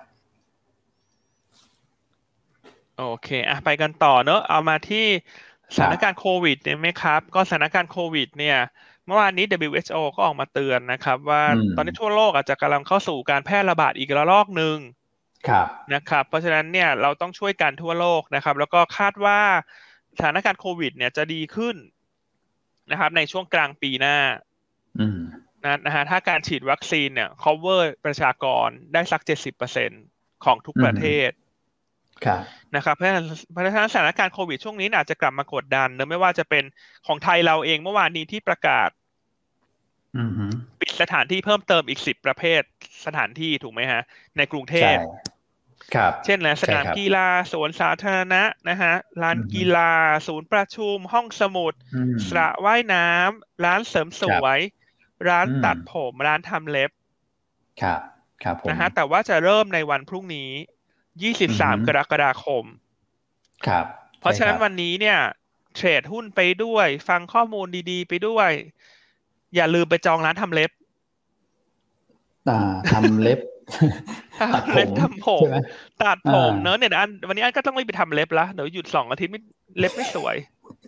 โอเคอ่ะไปกันต่อเนอะเอามาที่สถานการณ์โควิดเนี่ยไหมครับก็สถานการณ์โควิดเนี่ยเมื่อวานนี้ ดับเบิลยู เอช โอ ก็ออกมาเตือนนะครับว่าตอนนี้ทั่วโลกอาจจะกำลังเข้าสู่การแพร่ระบาดอีกระลอกหนึ่งนะครับเพราะฉะนั้นเนี่ยเราต้องช่วยกันทั่วโลกนะครับแล้วก็คาดว่าสถานการณ์โควิดเนี่ยจะดีขึ้นนะครับในช่วงกลางปีหน้านะนะฮะถ้าการฉีดวัคซีนเนี่ย cover ประชากรได้สัก เจ็ดสิบเปอร์เซ็นต์ ของทุกประเทศนะครับเพราะฉะนั้นสถานการณ์โควิดช่วงนี้อาจจะกลับมากดดันเนอะไม่ว่าจะเป็นของไทยเราเองเมื่อวานนี้ที่ประกาศปิดสถานที่เพิ่มเติมอีกสิบประเภทสถานที่ถูกไหมฮะในกรุงเทพเช่นสนามกีฬาสวนสาธารณะนะฮะลานกีฬาศูนย์ประชุมห้องสมุดสระว่ายน้ำร้านเสริมสวยร้านตัดผมร้านทำเล็บครับครับผมนะฮะแต่ว่าจะเริ่มในวันพรุ่งนี้ยี่สิบสามกรกฎาคมครับเพราะฉะนั้นวันนี้เนี่ยเทรดหุ้นไปด้วยฟังข้อมูลดีๆไปด้วยอย่าลืมไปจองร้านทำเล็บอ่าทำเล็บตัดผมทำผมตัดผมเนอะเนี่ยอันวันนี้อันก็ต้องรีบไปทำเล็บละเดี๋ยวหยุดสองอาทิตย์ไม่เล็บไม่สวย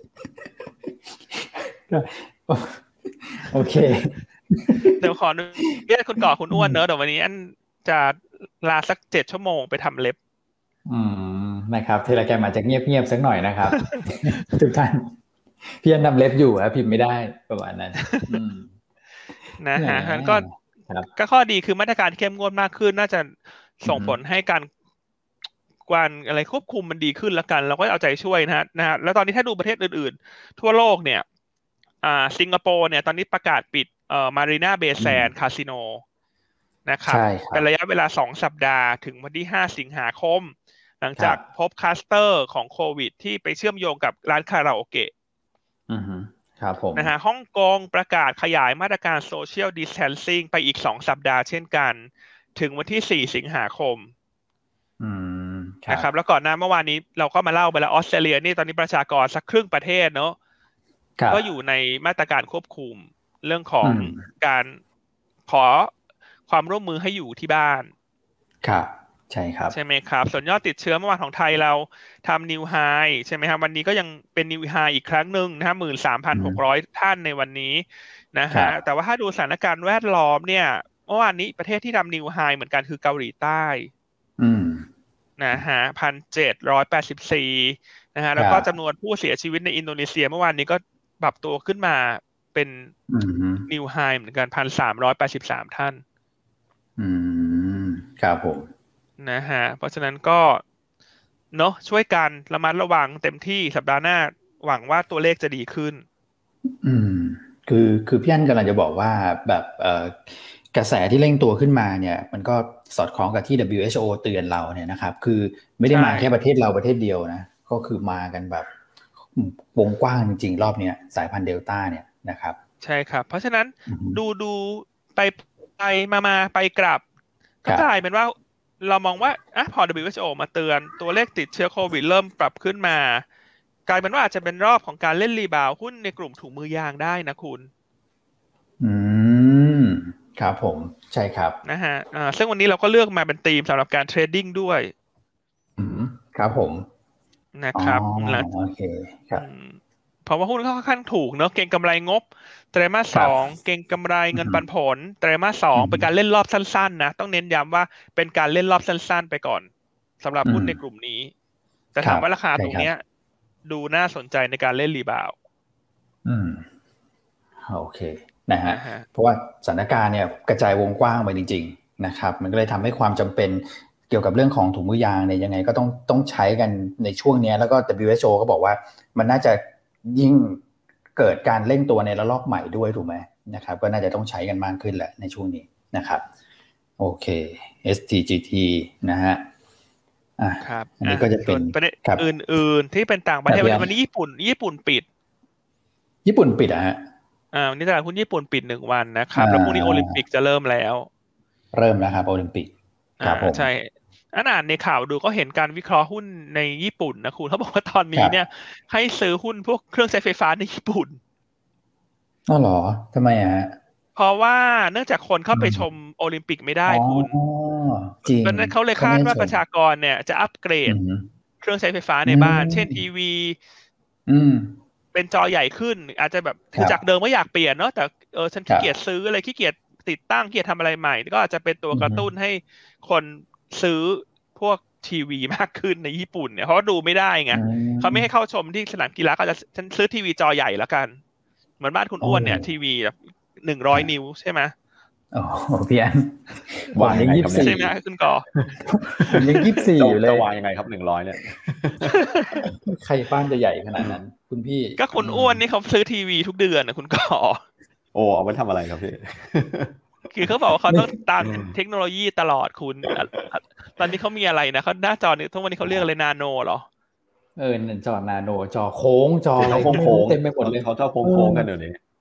โอเคเดี๋ยวขอเรียกคุณก่อคุณอ้วนเนอะเดี๋ยววันนี้อันจะลาสักเจ็ดชั่วโมงไปทำเล็บอืมนะครับเทเลแกรมอาจจะเงียบๆสักหน่อยนะครับทุกท่านพี่อันทำเล็บอยู่ครับพิมพ์ไม่ได้ประมาณนั้นนะฮะก็ก็ข้อดีคือมาตรการเข้มงวดมากขึ้นน่าจะส่งผลให้การการอะไรควบคุมมันดีขึ้นแล้วกันเราก็เอาใจช่วยนะฮะนะฮะแล้วตอนนี้ถ้าดูประเทศอื่นๆทั่วโลกเนี่ยอ่าสิงคโปร์เนี่ยตอนนี้ประกาศปิดเอ่อมารีนาเบย์แซนด์คาสิโนนะครับเป็นระยะเวลาสองสัปดาห์ถึงวันที่ห้าสิงหาคมหลังจากพบคลัสเตอร์ของโควิดที่ไปเชื่อมโยงกับร้านคาราโอเกะอือฮึครับผมนะฮะฮ่องกงประกาศขยายมาตรการโซเชียลดิสแทนซิ่งไปอีกสองสัปดาห์เช่นกันถึงวันที่สี่สิงหาคมอืมนะครับแล้วก่อนหน้าเมื่อวานนี้เราก็มาเล่าไปแล้วออสเตรเลียนี่ตอนนี้ประชากรสักครึ่งประเทศเนาะก็อยู่ในมาตรการควบคุมเรื่องของการขอความร่วมมือให้อยู่ที่บ้านครับใช่ครับใช่ไหมครับส่วนยอดติดเชื้อเมื่อวานของไทยเราทำนิวไฮใช่ไหมครับวันนี้ก็ยังเป็นนิวไฮอีกครั้งหนึ่งนะฮะหมื่นสามพันหกร้อยท่านในวันนี้นะฮะแต่ว่าถ้าดูสถานการณ์แวดล้อมเนี่ยเมื่อวานนี้ประเทศที่ทำนิวไฮเหมือนกันคือเกาหลีใต้นะฮะพันเจ็ดร้อยแปดสิบสี่นะฮะแล้วก็จำนวนผู้เสียชีวิตในอินโดนีเซียเมื่อวานนี้ก็ปรับตัวขึ้นมาเป็นนิวไฮเหมือนกันพันสามร้อยแปดสิบสามท่านอืมครับผมนะฮะเพราะฉะนั้นก็เนาะช่วยกันระมัดระวังเต็มที่สัปดาห์หน้าหวังว่าตัวเลขจะดีขึ้นอืมคือคือพี่อั้นกำลังจะบอกว่าแบบเอ่อกระแสที่เร่งตัวขึ้นมาเนี่ยมันก็สอดคล้องกับที่ ดับเบิลยู เอช โอ เตือนเราเนี่ยนะครับคือไม่ได้มาแค่ประเทศเราประเทศเดียวนะก็คือมากันแบบวงกว้างจริงๆรอบนี้สายพันธุ์เดลต้าเนี่ยนะครับใช่ครับเพราะฉะนั้นดูดูไปไปมามาไปกลับก็กลายเป็นว่าเรามองว่าอ่ะพอ ดับเบิลยู เอช โอ มาเตือนตัวเลขติดเชื้อโควิดเริ่มปรับขึ้นมากลายเป็นว่าอาจจะเป็นรอบของการเล่นรีบาวหุ้นในกลุ่มถุงมือยางได้นะคุณอืมครับผมใช่ครับนะฮะอ่าซึ่งวันนี้เราก็เลือกมาเป็นธีมสำหรับการเทรดดิ้งด้วยอืมครับผมนะครับโอเคครับเพราะว่าหุ้นค่อนข้างถูกเนอะเก็งกำไรงบไตรมาสสองเก็งกำไรเงินปันผลไตรมาสสองเป็นการเล่นรอบสั้นๆนะต้องเน้นย้ำว่าเป็นการเล่นรอบสั้นๆไปก่อนสำหรับหุ้นในกลุ่มนี้แต่ถามว่าราคาตรงเนี้ยดูน่าสนใจในการเล่นรีบาวอืมโอเคนะฮะเพราะว่าสถานการณ์เนี่ยกระจายวงกว้างไปจริงๆนะครับมันก็เลยทำให้ความจำเป็นเกี่ยวกับเรื่องของถุงมือยางเนี่ยยังไงก็ต้องต้องใช้กันในช่วงนี้แล้วก็ ดับเบิลยู เอช โอ ก็บอกว่ามันน่าจะยิ่งเกิดการเร่งตัวในระลอกใหม่ด้วยถูกไหมนะครับก็น่าจะต้องใช้กันมากขึ้นแหละในช่วงนี้นะครับโอเค เอส ที จี ที นะฮะอ่ะครับอันนี้ก็จะเป็นประเด็นอื่นๆที่เป็นต่างประเทศวันนี้ญี่ปุ่นญี่ปุ่นปิดญี่ปุ่นปิดอะฮะอ่าวันนี้ตลาดหุ้นญี่ปุ่นปิดหนึ่งวันนะครับแล้วพรุ่งนี้โอลิมปิกจะเริ่มแล้วเริ่มแล้วครับโอลิมปิกครับผมใช่อันอ่านในข่าวดูก็เห็นการวิเคราะห์หุ้นในญี่ปุ่นนะคุณเขาบอกว่าตอนนี้เนี่ยให้ซื้อหุ้นพวกเครื่องใช้ไฟฟ้าในญี่ปุ่นอ๋อเหรอทำไมอะฮะเพราะว่าเนื่องจากคนเข้าไปชมโอลิมปิกไม่ได้คุณจริงเพราะนั้นเขาเลยคาดว่าประชากรเนี่ยจะอัปเกรดเครื่องใช้ไฟฟ้าในบ้านเช่นทีวีเป็นจอใหญ่ขึ้นอาจจะแบบคือจากเดิมไม่อยากเปลี่ยนเนาะแต่เออฉันขี้เกียจซื้ออะไรขี้เกียจติดตั้งขี้เกียจทำอะไรใหม่ก็อาจจะเป็นตัวกระตุ้นให้คนซื้อพวกทีวีมากขึ้นในญี่ปุ่นเนี่ยเพราะดูไม่ได้ไงเขาไม่ให้เข้าชมที่สนามกีฬาก็จะฉันซื้อทีวีจอใหญ่แล้วกันเหมือนบ้านคุณอ้วนเนี่ยทีวีแบบหนึ่งร้อยนิ้วใช่ไหมโอ้พี่อันวางยังยี่สิบสี่ใช่ไหมคุณก่อยังยี่สิบสี่อยู่เลยจะวางยังไงครับหนึ่งร้อยเนี่ยใครบ้านจะใหญ่ขนาดนั้นคุณพี่ก็คุณอ้วนนี่เขาซื้อทีวีทุกเดือนนะคุณก่อโอ้เอาไปทำอะไรครับพี่คือเขาบอกว่าเขาต้องตามเทคโนโลยีตลอดคุณตอนนี้เขามีอะไรนะเขาหน้าจอเนี่ยทุกวันนี้เขาเรียกอะไรนาโนเหรอเออจอนาโนจอโค้งจออะไรโค้งเต็มไปหมดเลยเขาชอบโค้งๆกันเดี๋ยวนี้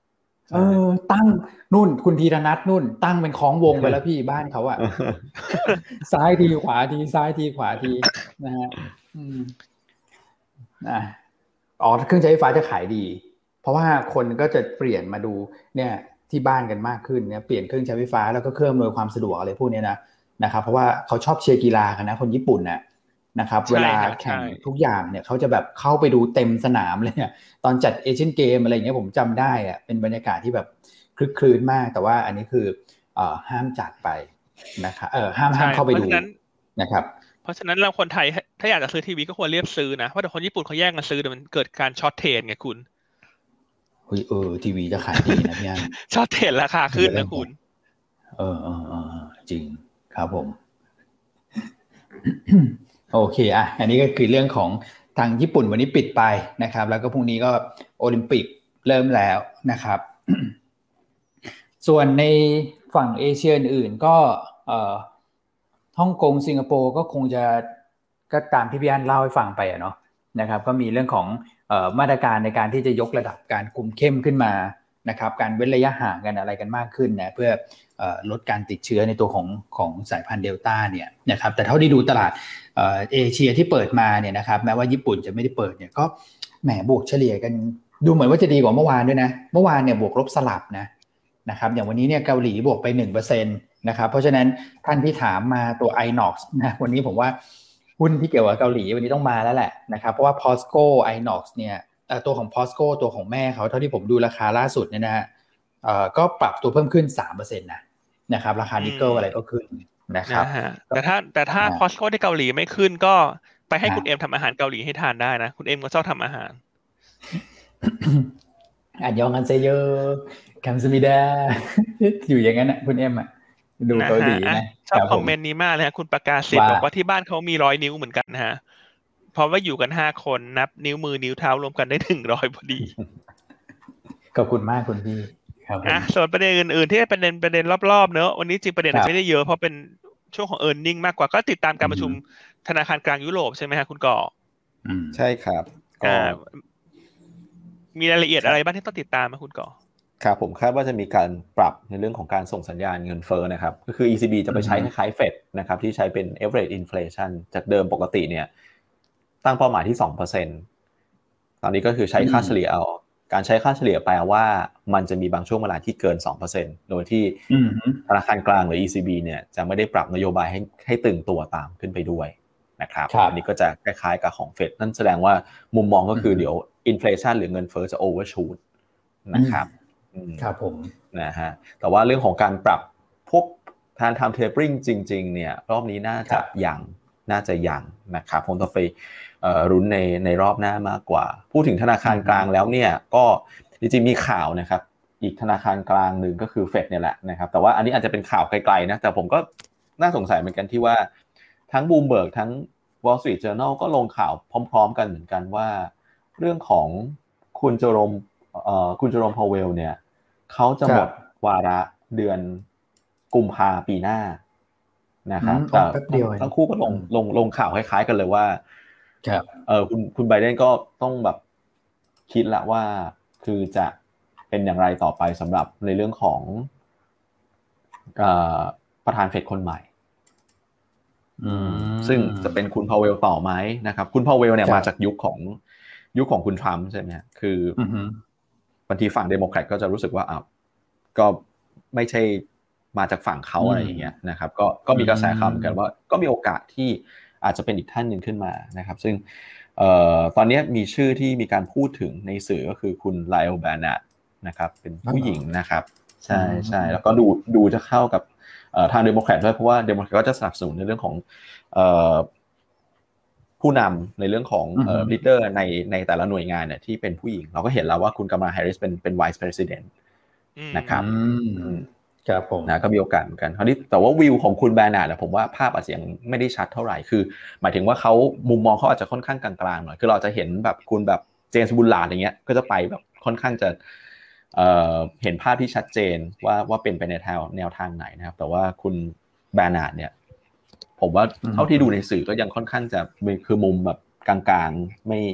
เออตั้งนู่นคุณธีรนัทนู่นตั้งเป็นคล้องวงไปแล้วพี่บ้านเขาอ่ะ ซ้ายทีขวาทีซ้ายทีขวาทีนะฮะอืมอ่ะอ๋อเครื่องใช้ไฟฟ้าจะขายดีเพราะว่าคนก็จะเปลี่ยนมาดูเนี่ยที่บ้านกันมากขึ้นเนี่ยเปลี่ยนเครื่องใช้ไฟฟ้าแล้วก็เครื่องอำนวยความสะดวกอะไรพวกนี้นะนะครับเพราะว่าเขาชอบเชียร์กีฬากันนะคนญี่ปุ่นน่ะนะครับเวลาแข่งทุกอย่างเนี่ยเขาจะแบบเข้าไปดูเต็มสนามเลยเนี่ยตอนจัดเอเชียนเกมอะไรอย่างเงี้ยผมจำได้อะเป็นบรรยากาศที่แบบคลึกคลื้นมากแต่ว่าอันนี้คือเอ่อห้ามจัดไปนะครับเออห้ามห้ามเข้าไปดูนะครับเพราะฉะนั้นเราคนไทยถ้าอยากจะซื้อทีวีก็ควรเรียบซื้อนะเพราะแต่คนญี่ปุ่นเขาแย่งกันซื้อเดี๋ยวมันเกิดการช็อตเทรดไงคุณเฮ้ยเออทีวีจะขายดีนะพี่อันช็อตเทรดราคาขึ้นนะคุณเออเออเออจริงครับผม โอเคอ่ะอันนี้ก็คือเรื่องของทางญี่ปุ่นวันนี้ปิดไปนะครับแล้วก็พรุ่งนี้ก็โอลิมปิกเริ่มแล้วนะครับ ส่วนในฝั่งเอเชียอื่นๆก็เอ่อฮ่องกงสิงคโปร์ก็คงจะก็ตามที่พี่อันเล่าให้ฟังไปอะเนาะนะครับก็มีเรื่องของเอ่อมาตรการในการที่จะยกระดับการคุมเข้มขึ้นมานะครับการเว้นระยะห่างกันอะไรกันมากขึ้นนะเพื่อเอ่อลดการติดเชื้อในตัวของของสายพันธุ์เดลต้าเนี่ยนะครับแต่เท่าที่ดูตลาดเอ่อเอเชียที่เปิดมาเนี่ยนะครับแม้ว่าญี่ปุ่นจะไม่ได้เปิดเนี่ยก็แหมบวกเฉลี่ยกันดูเหมือนว่าจะดีกว่าเมื่อวานด้วยนะเมื่อวานเนี่ยบวกลบสลับนะนะครับอย่างวันนี้เนี่ยเกาหลีบวกไป หนึ่งเปอร์เซ็นต์ นะครับเพราะฉะนั้นท่านที่ถามมาตัว ไอ เอ็น โอ เอ็กซ์ นะวันนี้ผมว่าหุ้นที่เกี่ยวกับเกาหลีวันนี้ต้องมาแล้วแหละนะครับเพราะว่า Posco ไอ เอ็น โอ เอ็กซ์ เนี่ยตัวของ Posco ตัวของแม่เขาเท่าที่ผมดูราคาล่าสุดเนี่ยนะฮะเอ่อก็ปรับตัวเพิ่มขึ้น สามเปอร์เซ็นต์ นะนะครับราคานิกเกิลอะไรก็ขึ้นนะครับแต่ถ้าแต่ถ้า Posco ที่เกาหลีไม่ขึ้นก็ไปให้คุณเอ็มทำอาหารเกาหลีให้ทานได้นะคุณเอ็มก็ชอบทำอาหารอันยองกันเซโยคัมซามิดาอยู่อย่างนั้นนะคุณเอ็มอ่ะดูเกาหลีนะชอบคอมเมนต์นี้มากเลยฮะคุณประกาศศิษย์บอกว่าที่บ้านเขามีร้อยนิ้วเหมือนกันนะฮะเพราะว่าอยู่กันห้าคนนับนิ้วมือนิ้วเท้ารวมกันได้ถึงร้อยพอดีขอบคุณมากคุณพี่ครับอ่ะส่วนประเด็นอื่นๆที่เป็นประเด็นประเด็นรอบๆเนอะวันนี้จริงประเด็นอาจจะไม่ได้เยอะเพราะเป็นช่วงของ earning มากกว่าก็ติดตามการประชุมธนาคารกลางยุโรปใช่ไหมฮะคุณก่อใช่ครับก็มีรายละเอียดอะไรบ้างที่ต้องติดตามไหมคุณก่อครับผมคาดว่าจะมีการปรับในเรื่องของการส่งสัญญาณเงินเฟ้อนะครับก็คือ อี ซี บี จะไปใช้คล้ายๆ Fed นะครับที่ใช้เป็น average inflation จากเดิมปกติเนี่ยตั้งเป้าหมายที่ สองเปอร์เซ็นต์ ตอนนี้ก็คือใช้ค่าเฉลี่ยเอาการใช้ค่าเฉลี่ยแปลว่ามันจะมีบางช่วงเวลาที่เกิน สองเปอร์เซ็นต์ โดยที่ธนาคารกลางหรือ อี ซี บี เนี่ยจะไม่ได้ปรับนโยบายให้ให้ตึงตัวตามขึ้นไปด้วยนะครับอันนี้ก็จะคล้ายๆกับของ Fed นั่นแสดงว่ามุมมองก็คือเดี๋ยว inflation หรือเงินเฟ้อจะ overshoot นะครับครับผมนะฮะแต่ว่าเรื่องของการปรับพวกทาง time tapering จริงๆเนี่ยรอบนี้น่าจะยังน่าจะยังนะครับผมต้องไปเอ่อรุ้นในในรอบหน้ามากกว่าพูดถึงธนาคารกลางแล้วเนี่ยก็จริงๆมีข่าวนะครับอีกธนาคารกลางนึงก็คือ Fed เนี่ยแหละนะครับแต่ว่าอันนี้อาจจะเป็นข่าวไกลๆนะแต่ผมก็น่าสงสัยเหมือนกันที่ว่าทั้ง Bloomberg ทั้ง Wall Street Journal ก็ลงข่าวพร้อมๆกันเหมือนกันว่าเรื่องของคุณเจอโรมเอ่อคุณเจอโรมพาวเวลเนี่ยเขาจะหมดวาระเดือนกุมภาปีหน้านะครับแต่ทั้งคู่ก็ลงลงลงข่าวคล้ายๆกันเลยว่าเออคุณคุณไบเดนก็ต้องแบบคิดละว่าคือจะเป็นอย่างไรต่อไปสำหรับในเรื่องของเอ่อประธานเฟดคนใหม่ซึ่งจะเป็นคุณพาวเวลต่อไหมนะครับคุณพาวเวลเนี่ยมาจากยุคของยุคของคุณทรัมป์ใช่ไหมคือบางทีฝั่งเดโมแครตก็จะรู้สึกว่าอ้าวก็ไม่ใช่มาจากฝั่งเขาอะไรอย่างเงี้ยนะครับก็ก็มีกระแสข่าวเหมือนกันว่าก็มีโอกาสที่อาจจะเป็นอีกท่านหนึ่งขึ้นมานะครับซึ่งเอ่อตอนนี้มีชื่อที่มีการพูดถึงในสื่อก็คือคุณไลออล แบรนัทนะครับเป็นผู้หญิงนะครับใช่ใช่แล้วก็ดูดูจะเข้ากับทางเดโมแครตด้วยเพราะว่าเดโมแครตก็จะสนับสนุนในเรื่องของผู้นำในเรื่องของเอ่อ leader ในในแต่ละหน่วยงานเนี่ยที่เป็นผู้หญิงเราก็เห็นแล้วว่าคุณกัมมาลา แฮร์ริสเป็นเป็น vice president นะครับครับผมนะก็มีโอกาสเหมือนกันคราวนี้แต่ว่าวิวของคุณแบรนาร์ดเนี่ยผมว่าภาพอาจจะยังไม่ได้ชัดเท่าไหร่คือหมายถึงว่าเขามุมมองเขาอาจจะค่อนข้างกลางๆหน่อยคือเราจะเห็นแบบคุณแบบเจมส์บุลลาร์ดอย่างเงี้ยก็จะไปแบบค่อนข้างจะเอ่อเห็นภาพที่ชัดเจนว่าว่าเป็นไปในแนวแนวทางไหนนะครับแต่ว่าคุณแบรนาร์ดเนี่ยผมว่าเท่าที่ดูในสื่อก็ยังค่อนข้างจะคือมุมแบบกลางๆไม่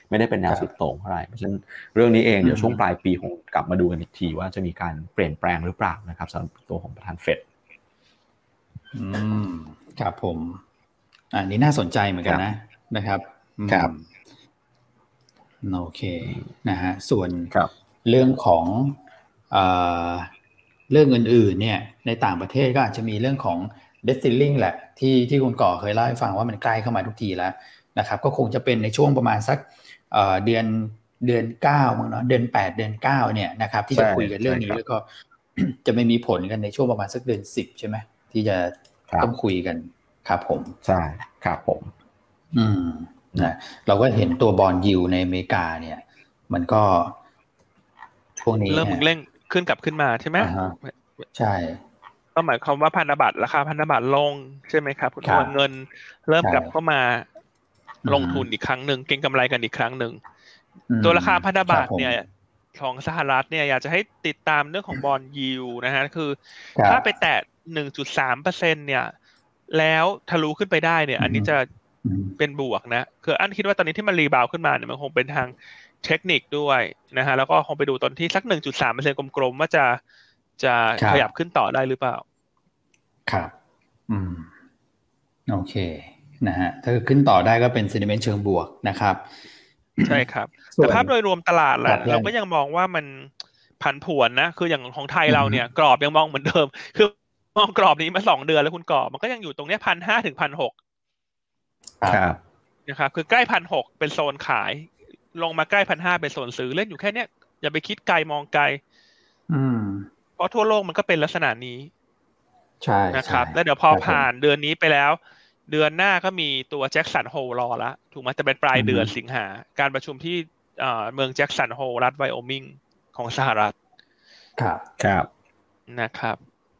ไม่ได้เป็นแนวสุดโต่งเท่าไหร่เพราะฉะนั้นเรื่องนี้เองเดี๋ยวช่วงปลายปีคงกลับมาดูกันอีกทีว่าจะมีการเปลี่ยนแปลงหรือเปล่านะครับสำหรับตัวของประธานเฟดอืมครับผมอันนี้น่าสนใจเหมือนกันนะนะครับครับโอเคนะฮะส่วนครับเรื่องของเอ่อเรื่องอื่นๆเนี่ยในต่างประเทศก็อาจจะมีเรื่องของ debt ceiling แหละที่ที่คุณก่อเคยเล่าให้ฟังว่ามันใกล้เข้ามาทุกทีแล้วนะครับก็คงจะเป็นในช่วงประมาณสักเอ่อเดือนเดือนเก้ามั้งเนาะเดือนแปดเดือนเก้าเนี่ยนะครับที่จะคุยกันเรื่องนี้แล้วก็จะไม่มีผลกันในช่วงประมาณสักเดือนสิบใช่ไหมที่จะต้องคุยกันครับผมใช่ครับผมอืมนะเราก็เห็นตัวบอนด์ยิลด์ในอเมริกาเนี่ยมันก็พวกนี้เริ่มเร่งขึ้นกลับขึ้นมาใช่ไหมใช่ก็หมายความว่าพันธบัตรราคาพันธบัตรลงใช่ไหมครับคุณว่าเงินเริ่มกลับเข้ามาลงทุนอีกครั้งหนึ่งเก็งกำไรกันอีกครั้งหนึ่งตัวราคาพันธบัตรเนี่ยของสหรัฐเนี่ยอยากจะให้ติดตามเรื่องของบอนด์ยิลด์นะฮะคือถ้าไปแตะ หนึ่งจุดสามเปอร์เซ็นต์ เนี่ยแล้วทะลุขึ้นไปได้เนี่ยอันนี้จะเป็นบวกนะคืออันคิดว่าตอนนี้ที่มันรีบาวขึ้นมาเนี่ยมันคงเป็นทางเทคนิคด้วยนะฮะแล้วก็คงไปดูตอนที่สัก หนึ่งจุดสามเปอร์เซ็นต์ กลมๆว่าจะจะขยับขึ้นต่อได้หรือเปล่าครับอืมโอเคนะฮะถ้าขึ้นต่อได้ก็เป็น sentiment เชิงบวกนะครับใช่ครับแต่ภาพโดยรวมตลาดแหละเราก็ยังมองว่ามันผันผวนนะคืออย่างของไทยเราเนี่ยกรอบยังมองเหมือนเดิมคือมองกรอบนี้มาสองเดือนแล้วคุณกรอบมันก็ยังอยู่ตรงเนี้ย หนึ่งพันห้าร้อย ถึง หนึ่งพันหกร้อยครับนะครับคือใกล้ หนึ่งพันหกร้อย เป็นโซนขายลงมาใกล้ หนึ่งพันห้าร้อย เป็นโซนซื้อเล่นอยู่แค่เนี้ยอย่าไปคิดไกลมองไกลอืมเพราะทั่วโลกมันก็เป็นลักษณะนี้ใช่นะครับแล้วเดี๋ยวพอผ่านเดือนนี้ไปแล้วเดือนหน้าก็มีตัวแจ็คสันโฮลรอละถูกไหมจะเป็นปลายเดือนสิงหาการประชุมที่เมืองแจ็คสันโฮลรัฐไวโอมิงของสหรัฐครับครับนะครับ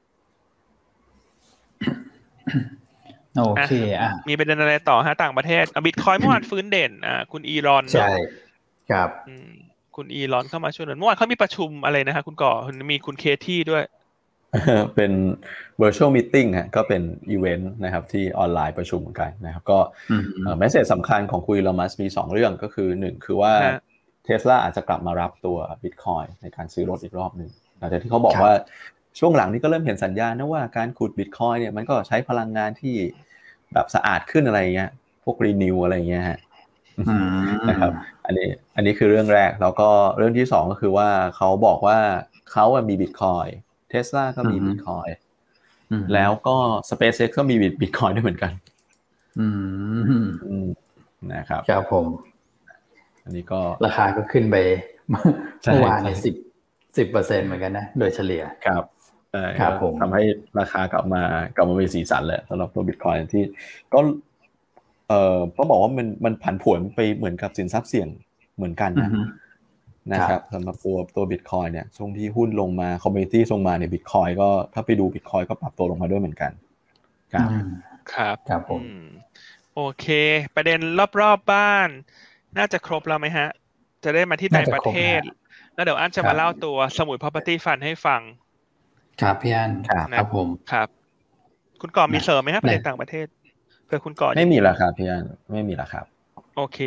โอเคอ่ะมีประเด็นอะไรต่อฮะต่างประเทศบิตคอยน์เมื่อวานฟื้นเด่นอ่าคุณอีรอนใช่ครับคุณอีรอนเข้ามาช่วยหนุนเมื่อวานเขามีประชุมอะไรนะฮะคุณก่อมีคุณเคที่ด้วยเป็น virtual meeting ฮะก็เป็นอีเวนต์นะครับที่ออนไลน์ประชุมกันนะครับก็เมสเสจสำคัญของคุณอีลอนมัสก์มีสองเรื่องก็คือหนึ่งคือว่า Tesla อาจจะกลับมารับตัว Bitcoin ในการซื้อรถอีกรอบนึงหลังจากที่เขาบอกว่าช่วงหลังนี้ก็เริ่มเห็นสัญญาณนะว่าการขุด Bitcoin เนี่ยมันก็ใช้พลังงานที่แบบสะอาดขึ้นอะไรเงี้ยพวก renew อะไรเงี้ยฮะนะครับอันนี้อันนี้คือเรื่องแรกแล้วก็เรื่องที่สองก็คือว่าเขาบอกว่าเขาอะมี Bitcoin Tesla ก็มี Bitcoin แล้วก็ SpaceX ก็มี Bitcoin ด้วยเหมือนกันอืมนะครับครับผมอันนี้ก็ราคาก็ขึ้นไปเมื่อวานเนี่ยสิบ สิบเปอร์เซ็นต์เหมือนกันนะโดยเฉลี่ยครับใช่ครับผมทำให้ราคากลับมากลับมาเป็นสีสันเลยสำหรับตัว Bitcoin ที่ก็เอ่อต้องบอกว่ามันมันผันผวนไปเหมือนกับสินทรัพย์เสี่ยงเหมือนกันนะนะครับสำหรับตัวตัว Bitcoin เนี่ยช่วงที่หุ้นลงมาคอมมูนิตี้ลงมาเนี่ย Bitcoin ก็ถ้าไปดู Bitcoin ก็ปรับตัวลงมาด้วยเหมือนกันครับครับครับผมโอเคประเด็นรอบๆบ้านน่าจะครบแล้วไหมฮะจะได้มาที่ต่างประเทศแล้วเดี๋ยวอันจะมาเล่าตัวสมุย property fund ให้ฟังครับพี่อันครับผมครับคุณก่อมีเสริมไหมครับประเด็นต่างประเทศเพื่อคุณก่อไม่มีแล้วครับพี่อันไม่มีแล้วครับโอเค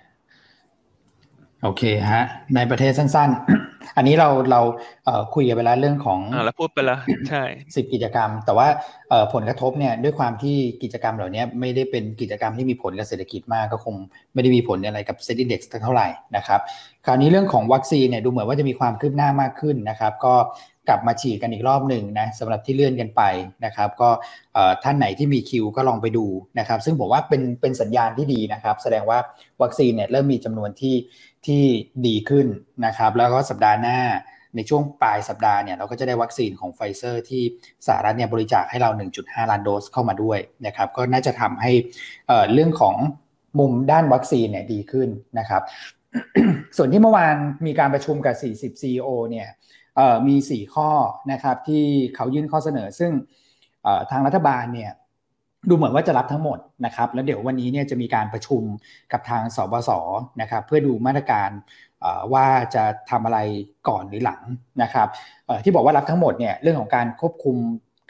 โอเคฮะในประเทศสั้นๆอันนี้เราเราเอ่อคุยกันไปแล้วเรื่องของอ่าแล้วพูดไปแล้วใช่สิบกิจกรรมแต่ว่าเอ่อผลกระทบเนี่ยด้วยความที่กิจกรรมเหล่านี้ไม่ได้เป็นกิจกรรมที่มีผลกับเศรษฐกิจมากก็คงไม่ได้มีผลอะไรกับ Set Index เท่าไหร่นะครับคราวนี้เรื่องของวัคซีนเนี่ยดูเหมือนว่าจะมีความคืบหน้ามากขึ้นนะครับก็กลับมาฉีดกันอีกรอบหนึ่งนะสำหรับที่เลื่อนกันไปนะครับก็ท่านไหนที่มีคิวก็ลองไปดูนะครับซึ่งผมว่าเป็นเป็นสัญญาณที่ดีนะครับแสดงว่าวัคซีนเนี่ยเริ่มมีจำนวนที่ที่ดีขึ้นนะครับแล้วก็สัปดาห์หน้าในช่วงปลายสัปดาห์เนี่ยเราก็จะได้วัคซีนของไฟเซอร์ที่สหรัฐเนี่ยบริจาคให้เรา หนึ่งจุดห้า ล้านโดสเข้ามาด้วยนะครับก็น่าจะทำให้เอ่อเรื่องของมุมด้านวัคซีนเนี่ยดีขึ้นนะครับ ส่วนที่เมื่อวานมีการประชุมกับสี่สิบ ซี อี โอ เนี่ยเอ่อมีสี่ข้อนะครับที่เขายื่นข้อเสนอซึ่งเอ่อทางรัฐบาลเนี่ยดูเหมือนว่าจะรับทั้งหมดนะครับแล้วเดี๋ยววันนี้เนี่ยจะมีการประชุมกับทางสบสนะครับเพื่อดูมาตรการว่าจะทำอะไรก่อนหรือหลังนะครับที่บอกว่ารับทั้งหมดเนี่ยเรื่องของการควบคุม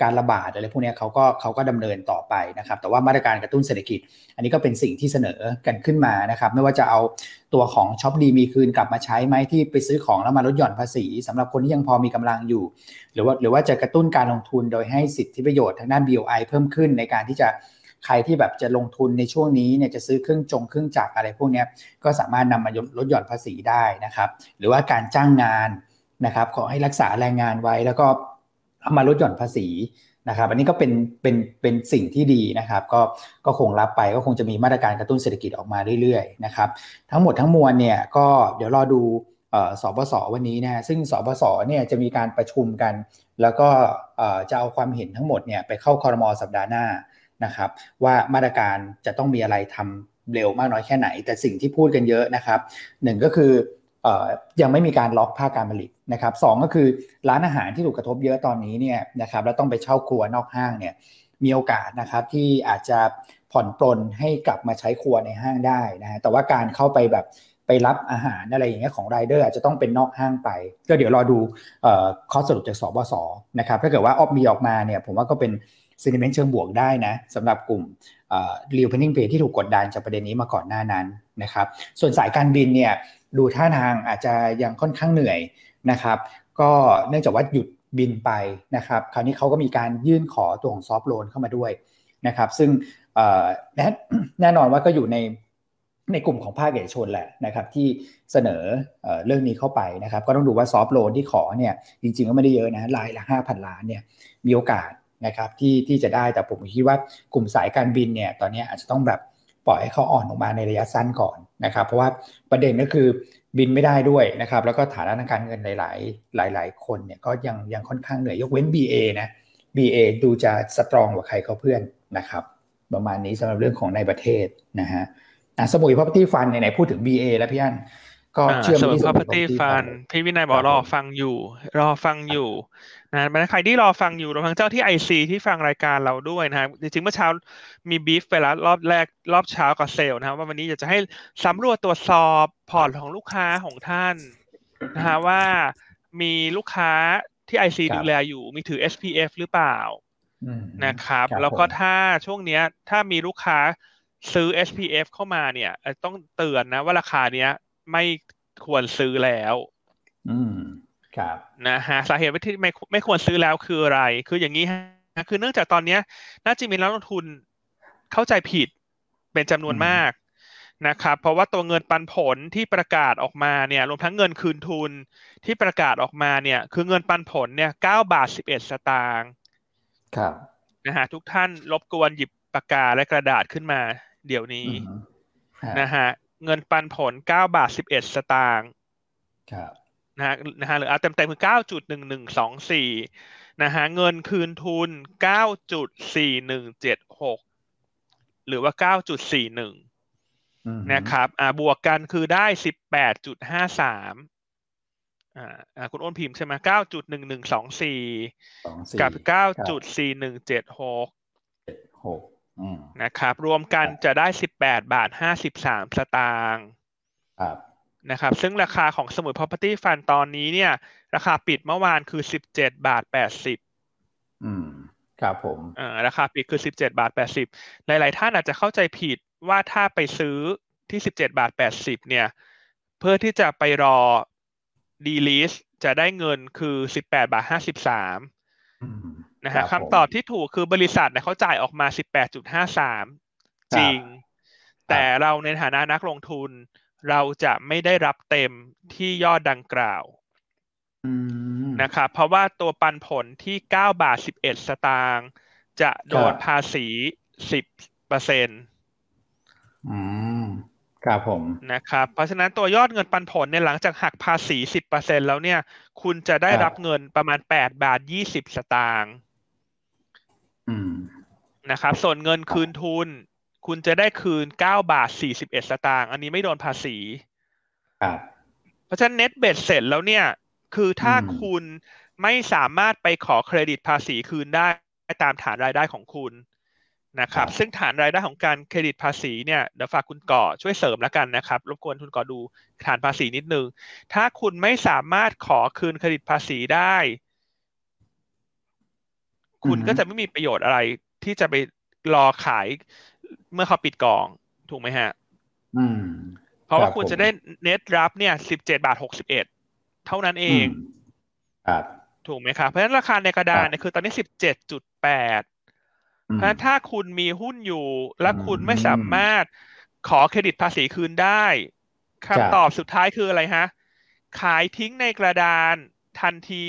การระบาดอะไรพวกนี้เขาก็เขาก็ดำเนินต่อไปนะครับแต่ว่ามาตรการกระตุ้นเศรษฐกิจอันนี้ก็เป็นสิ่งที่เสนอกันขึ้นมานะครับไม่ว่าจะเอาตัวของช็อปดีมีคืนกลับมาใช้ไหมที่ไปซื้อของแล้วมาลดหย่อนภาษีสำหรับคนที่ยังพอมีกำลังอยู่หรือว่าหรือว่าจะกระตุ้นการลงทุนโดยให้สิทธิประโยชน์ทางด้าน บี โอ ไอ เพิ่มขึ้นในการที่จะใครที่แบบจะลงทุนในช่วงนี้เนี่ยจะซื้อเครื่องจงเครื่องจักรอะไรพวกนี้ก็สามารถนำมาลดหย่อนภาษีได้นะครับหรือว่าการจ้างงานนะครับขอให้รักษาแรงงานไว้แล้วก็เอามาลดหย่อนภาษีนะครับอันนี้ก็เป็นเป็นเป็นสิ่งที่ดีนะครับก็ก็คงรับไปก็คงจะมีมาตรการกระตุ้นเศรษฐกิจออกมาเรื่อยๆนะครับทั้งหมดทั้งมวลเนี่ยก็เดี๋ยวรอดูสบสวันนี้นะซึ่งสบสเนี่ยจะมีการประชุมกันแล้วก็จะเอาความเห็นทั้งหมดเนี่ยไปเข้าครม.สัปดาห์หน้านะครับว่ามาตรการจะต้องมีอะไรทำเร็วมากน้อยแค่ไหนแต่สิ่งที่พูดกันเยอะนะครับหนึ่งก็คือเอ่อยังไม่มีการล็อกภาคการผลิตนะครับสองก็คือร้านอาหารที่ถูกกระทบเยอะตอนนี้เนี่ยนะครับแล้วต้องไปเช่าครัวนอกห้างเนี่ยมีโอกาสนะครับที่อาจจะผ่อนปลนให้กลับมาใช้ครัวในห้างได้นะฮะแต่ว่าการเข้าไปแบบไปรับอาหารอะไรอย่างเงี้ยของไรเดอร์อาจจะต้องเป็นนอกห้างไปก็เดี๋ยวรอดูเอ่อข้อสรุปจากสบสนะครับถ้าเกิดว่าออกมีออกมาเนี่ยผมว่าก็เป็นsentiment เชิงบวกได้นะสำหรับกลุ่มเอ่อ reopening pay ที่ถูกกดดันจากประเด็นนี้มาก่อนหน้านั้นนะครับส่วนสายการบินเนี่ยดูท่าทางอาจจะยังค่อนข้างเหนื่อยนะครับก็เนื่องจากว่าหยุดบินไปนะครับคราวนี้เขาก็มีการยื่นขอตัวของซอฟท์โลนเข้ามาด้วยนะครับซึ่งเอ่อแน่แน่นอนว่าก็อยู่ในในกลุ่มของภาคเอกชนแหละนะครับที่เสนอเอ่อเรื่องนี้เข้าไปนะครับก็ต้องดูว่าซอฟท์โลนที่ขอเนี่ยจริงๆก็ไม่ได้เยอะนะรายละ ห้าพัน ล้านเนี่ยมีโอกาสนะครับที่ที่จะได้แต่ผมคิดว่ากลุ่มสายการบินเนี่ยตอนนี้อาจจะต้องแบบปล่อยให้เขาอ่อนออกมาในระยะสั้นก่อนนะครับเพราะว่าประเด็นก็คือบินไม่ได้ด้วยนะครับแล้วก็ฐานะทางการเงินหลายๆหลายๆคนเนี่ยก็ยังยังค่อนข้างเหนื่อยยกเว้น บี เอ นะ บี เอ ดูจะสตรองกว่าใครเขาเพื่อนนะครับประมาณนี้สำหรับเรื่องของในประเทศนะฮะอ่ะสมุย property fund ไหนๆพูดถึง บี เอ แล้วพี่อั้นก็เชื่อมไปที่ property fund พี่วินัยบอกรอฟังอยู่รอฟังอยู่นะมันใครที่รอฟังอยู่รวมทั้งเจ้าที่ ไอ ซี ที่ฟังรายการเราด้วยนะฮะจริงๆเมื่อเช้ามีบีฟไปแล้วรอบแรกรอบเช้ากับเซลล์นะครับว่าวันนี้อยากจะให้สำรวจตรวจสอบพอร์ตของลูกค้าของท่านนะฮะว่ามีลูกค้าที่ ไอ ซี ดูแลอยู่มีถือ เอส พี เอฟ หรือเปล่านะครับแล้วก็ถ้าช่วงเนี้ยถ้ามีลูกค้าซื้อ เอส พี เอฟ เข้ามาเนี่ยต้องเตือนนะว่าราคาเนี้ยไม่ควรซื้อแล้วอืมครับนะฮะสาเหตุที่ไม่ไม่ควรซื้อแล้วคืออะไรคืออย่างนี้ฮะคือเนื่องจากตอนนี้น่าจะมีนักลงทุนเข้าใจผิดเป็นจำนวนมากนะครับเพราะว่าตัวเงินปันผลที่ประกาศออกมาเนี่ยรวมทั้งเงินคืนทุนที่ประกาศออกมาเนี่ยคือเงินปันผลเนี่ยเก้าบาทสิบเอ็ดสตางค์ครับนะฮะทุกท่านรบกวนหยิบปากกาและกระดาษขึ้นมาเดี๋ยวนี้นะฮะเงินปันผลเก้าบาทสิบเอ็ดสตางค์ครับนะฮะนะฮะหรือเอาเต็มๆคือ เก้าจุดหนึ่งหนึ่งสองสี่ นะฮะเงินคืนทุน เก้าจุดสี่หนึ่งเจ็ดหก หรือว่า เก้าจุดสี่หนึ่ง นะครับอ่าบวกกันคือได้ สิบแปดจุดห้าสาม อ่าอ่าคุณอ้นพิมพ์ใช่ไหม เก้าจุดหนึ่งหนึ่งสองสี่ กับ เก้าจุดสี่หนึ่งเจ็ดหกหกอืมนะครับรวมกันจะได้สิบแปดบาทห้าสิบสามสตางค์ครับนะครับซึ่งราคาของสมุย property fund ตอนนี้เนี่ยราคาปิดเมื่อวานคือสิบเจ็ดบาทแปดสิบอืมครับผมอ่าราคาปิดคือสิบเจ็ดบาทแปดสิบหลายๆท่านอาจจะเข้าใจผิดว่าถ้าไปซื้อที่สิบเจ็ดบาทแปดสิบเนี่ยเพื่อที่จะไปรอ delist จะได้เงินคือสิบแปดบาทห้าสิบสามนะฮะคำตอบที่ถูกคือบริษัทเนี่ยเขาจ่ายออกมา สิบแปดจุดห้าสาม จริงแต่เราในฐานะนักลงทุนเราจะไม่ได้รับเต็มที่ยอดดังกล่าวนะครับเพราะว่าตัวปันผลที่เก้าบาทสิบเอ็ดสตางค์จะโดนภาษี สิบเปอร์เซ็นต์อืมครับผมนะครับเพราะฉะนั้นตัวยอดเงินปันผลเนี่ยหลังจากหักภาษี สิบเปอร์เซ็นต์ แล้วเนี่ยคุณจะได้รับเงินประมาณแปดบาทยี่สิบสตางค์อืมนะครับส่วนเงินคืนทุนคุณจะได้คืนเก้าบาทสี่สิบเอ็ดสตางค์อันนี้ไม่โดนภาษีครับเพราะฉะนั้นเน็ตเบ็ดเสร็จแล้วเนี่ยคือถ้าคุณไม่สามารถไปขอเครดิตภาษีคืนได้ตามฐานรายได้ของคุณนะครับซึ่งฐานรายได้ของการเครดิตภาษีเนี่ยเดี๋ยวฝากคุณก่อช่วยเสริมแล้วกันนะครับรบกวนคุณก่อดูฐานภาษีนิดนึงถ้าคุณไม่สามารถขอคืนเครดิตภาษีได้คุณก็จะไม่มีประโยชน์อะไรที่จะไปรอขายเมื่อเขาปิดกองถูกไหมฮะอืมเพราะว่าคุณจะได้เน็ตรับเนี่ยสิบเจ็ดบาทหกสิบเอ็ดเท่านั้นเองครับถูกไหมครับเพราะฉะนั้นราคาในกระดานเนี่ยคือตอนนี้สิบเจ็ดจุดแปดเพราะฉะนั้นถ้าคุณมีหุ้นอยู่และคุณไม่สามารถขอเครดิตภาษีคืนได้คำตอบสุดท้ายคืออะไรฮะขายทิ้งในกระดานทันที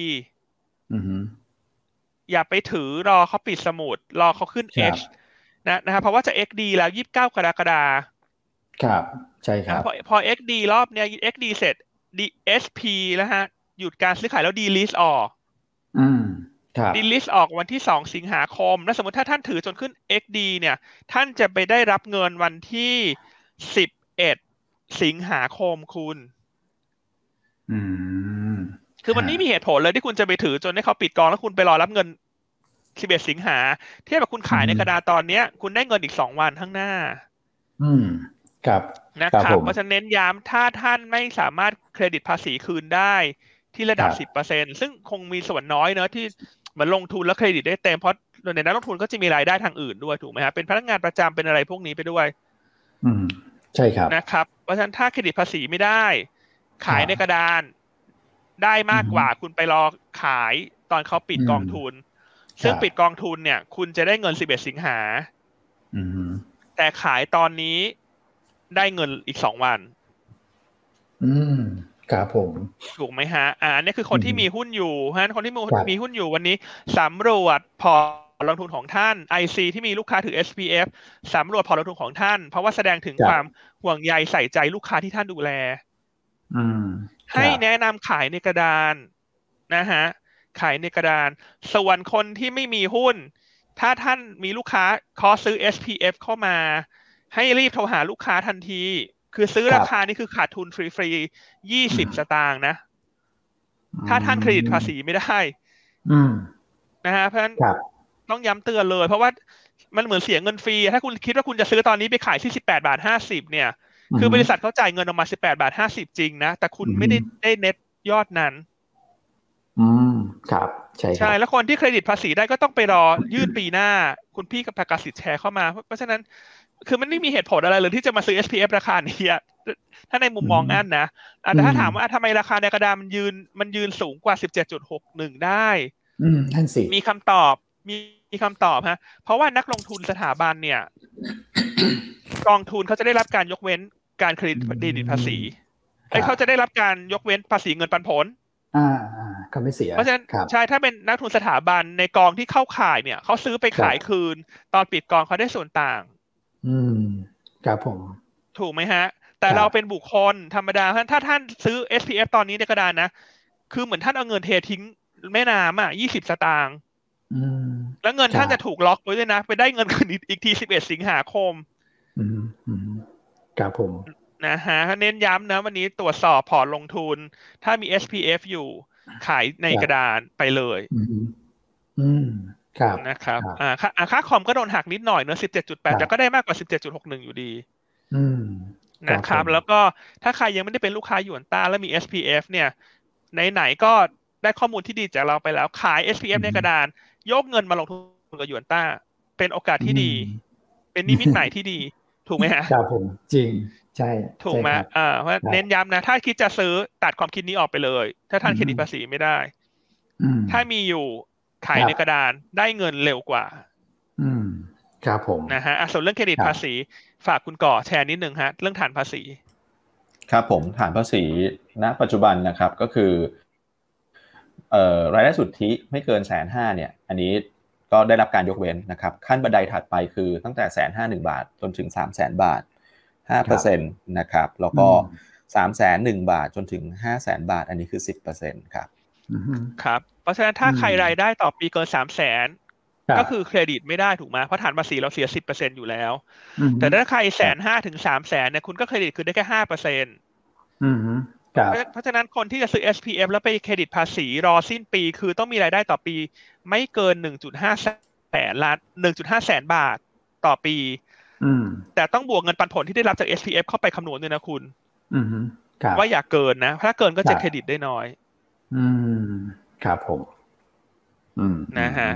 อย่าไปถือรอเขาปิดสมุดรอเขาขึ้น X นะนะครับเพราะว่าจะ เอ็กซ์ ดี แล้วยี่สิบเก้ากรกฎาคมครับใช่ครับพอพอ เอ็กซ์ ดี รอบเนี้ย เอ็กซ์ ดี เสร็จ ดี เอส พี แล้วฮะหยุดการซื้อขายแล้ว delist ออกอืมครับ delist ออกวันที่สองสิงหาคมแล้วสมมติถ้าท่านถือจนขึ้น เอ็กซ์ ดี เนี่ยท่านจะไปได้รับเงินวันที่สิบเอ็ดสิงหาคมคุณอืมคือมันไม่มีเหตุผลเลยที่คุณจะไปถือจนให้เขาปิดกองแล้วคุณไปรอรับเงินสิบเอ็ดสิงหาเทียบกับคุณขายในกระดาษตอนเนี้ยคุณได้เงินอีกสองวันข้างหน้าอืมครับนะครับเพราะฉะนั้นเน้นย้ำถ้าท่านไม่สามารถเครดิตภาษีคืนได้ที่ระดับ สิบเปอร์เซ็นต์ ซึ่งคงมีส่วนน้อยเนอะที่เหมือนลงทุนแล้วเครดิตได้เต็มเพราะในนักลงทุนก็จะมีรายได้ทางอื่นด้วยถูกไหมครับเป็นพนักงานประจำเป็นอะไรพวกนี้ไปด้วยอืมใช่ครับนะครับเพราะฉะนั้นถ้าเครดิตภาษีไม่ได้ขายในกระดานได้มากกว่าคุณไปรอขายตอนเขาปิดกองทุนซึ่งปิดกองทุนเนี่ยคุณจะได้เงินสิบเอ็ดสิงหาแต่ขายตอนนี้ได้เงินอีกสองวันอืมครับผมถูกไหมฮะอ่าอันนี้คือคนที่มีหุ้นอยู่เพราะฉะนั้นคนที่มีหุ้นอยู่วันนี้สำรวจพอร์ตลงทุนของท่าน ไอ ซี ที่มีลูกค้าถือ เอส พี เอฟ สำรวจพอร์ตลงทุนของท่านเพราะว่าแสดงถึงความห่วงใยใส่ใจลูกค้าที่ท่านดูแลให้แนะนำขายในกระดานนะฮะขายในกระดานส่วนคนที่ไม่มีหุ้นถ้าท่านมีลูกค้าขอซื้อ เอส พี เอฟ เข้ามาให้รีบโทรหาลูกค้าทันทีคือซื้อราคานี่คือขาดทุนฟรีๆยี่สิบสตางค์นะถ้าท่านเครดิตภาษีไม่ได้นะฮะเพราะฉะนั้นต้องย้ำเตือนเลยเพราะว่ามันเหมือนเสียเงินฟรีถ้าคุณคิดว่าคุณจะซื้อตอนนี้ไปขายที่สิบแปดบาทห้าสิบเนี่ยคือบริษัทเขาจ่ายเงินออกมาสิบแปดบาทห้าสิบจริงนะแต่คุณไม่ได้ได้เน็ตยอดนั้นอืมครับใช่ใช่แล้วคนที่เครดิตภาษีได้ก็ต้องไปรอยื่นปีหน้าคุณพี่กับประกาศสิทธิ์แชร์เข้ามาเพราะฉะนั้นคือมันไม่มีเหตุผลอะไรเลยที่จะมาซื้อ เอส พี เอฟ ราคานี้ถ้าในมุมมองอันนะแต่ถ้าถามว่าทำไมราคาในกระดาษมันยืนมันยืนสูงกว่า สิบเจ็ดจุดหกหนึ่ง ได้อืมนั่นสิมีคำตอบมีมีคำตอบฮะเพราะว่านักลงทุนสถาบันเนี่ย กองทุนเขาจะได้รับการยกเว้นการเครดิตภาษีไอ้เขาจะได้รับการยกเว้นภาษีเงินปันผลอ่าอ่าก็ไม่เสียเพราะฉะนั้นใช่ถ้าเป็นนักทุนสถาบันในกองที่เข้าขายเนี่ยเขาซื้อไปขายคืนตอนปิดกองเขาได้ส่วนต่างอืมครับผมถูกไหมฮะแต่เราเป็นบุคคลธรรมดาถ้าท่านซื้อ เอส พี เอฟ ตอนนี้ในกระดานนะคือเหมือนท่านเอาเงินเททิ้งแม่น้ำอ่ะยี่สิบสตางค์แล้วเงินท่านจะถูกล็อกไว้ด้วยนะไปได้เงินคืนอีกทีสิบเอ็ดสิงหาคมอืมอืมครับผมนะฮะเน้นย้ำนะวันนี้ตรวจสอบพอร์ตลงทุนถ้ามี เอส พี เอฟ อยู่ขายในกระดานไปเลยอืมครับนะครับอ่าค่าค่าคอมก็โดนหักนิดหน่อยเนอะ สิบเจ็ดจุดแปด แต่ก็ได้มากกว่า สิบเจ็ดจุดหกหนึ่ง อยู่ดีอืมนะครับแล้วก็ถ้าใครยังไม่ได้เป็นลูกค้าหยวนต้าแล้วมี เอส พี เอฟ เนี่ยไหนๆก็ได้ข้อมูลที่ดีจากเราไปแล้วขาย เอส พี เอฟ ในกระดานยกเงินมาลงทุนกับหยวนต้าเป็นโอกาสที่ดีเป็นนิมิตใหม่ที่ดีถูกไหมฮะครับผมจริงใช่ถูกไหมอ่าเพราะเน้นย้ำนะถ้าคิดจะซื้อตัดความคิดนี้ออกไปเลยถ้าท่านเครดิตภาษีไม่ได้ถ้ามีอยู่ขายในกระดานได้เงินเร็วกว่าอืมครับผมนะฮะส่วนเรื่องเครดิตภาษีฝากคุณก่อแชร์นิดนึงฮะเรื่องฐานภาษีครับผมฐานภาษีณปัจจุบันนะครับก็คือเอ่อรายได้สุทธิไม่เกินแสนห้าเนี่ยอันนี้ก็ได้รับการยกเว้นนะครับขั้นบันไดถัดไปคือตั้งแต่แสนห้าหนึ่งบาทจนถึงสามแสนบาท ห้าเปอร์เซ็นต์ นะครับแล้วก็สามแสนหนึ่งบาทจนถึงห้าแสนบาทอันนี้คือ สิบเปอร์เซ็นต์ ครับครับเพราะฉะนั้นถ้าใครรายได้ต่อปีเกินสามแสนก็คือเครดิตไม่ได้ถูกไหมเพราะฐานภาษีเราเสีย สิบเปอร์เซ็นต์ อยู่แล้วแต่ถ้าใครแสนห้าถึงสามแสนเนี่ยคุณก็เครดิตคือได้แค่ ห้าเปอร์เซ็นต์ เพราะฉะนั้นคนที่จะซื้อ เอส พี เอฟ แล้วไปเครดิตภาษีรอสิ้นปีคือต้องมีรายได้ต่อปีไม่เกิน หนึ่งจุดห้า แสนล้าน หนึ่งจุดห้า แสนบาทต่อปีแต่ต้องบวกเงินปันผลที่ได้รับจาก เอส พี เอฟ เข้าไปคำนวณด้วยนะคุณว่าอย่าเกินนะถ้าเกินก็จะเครดิตได้น้อยอืมครับผมนะฮะ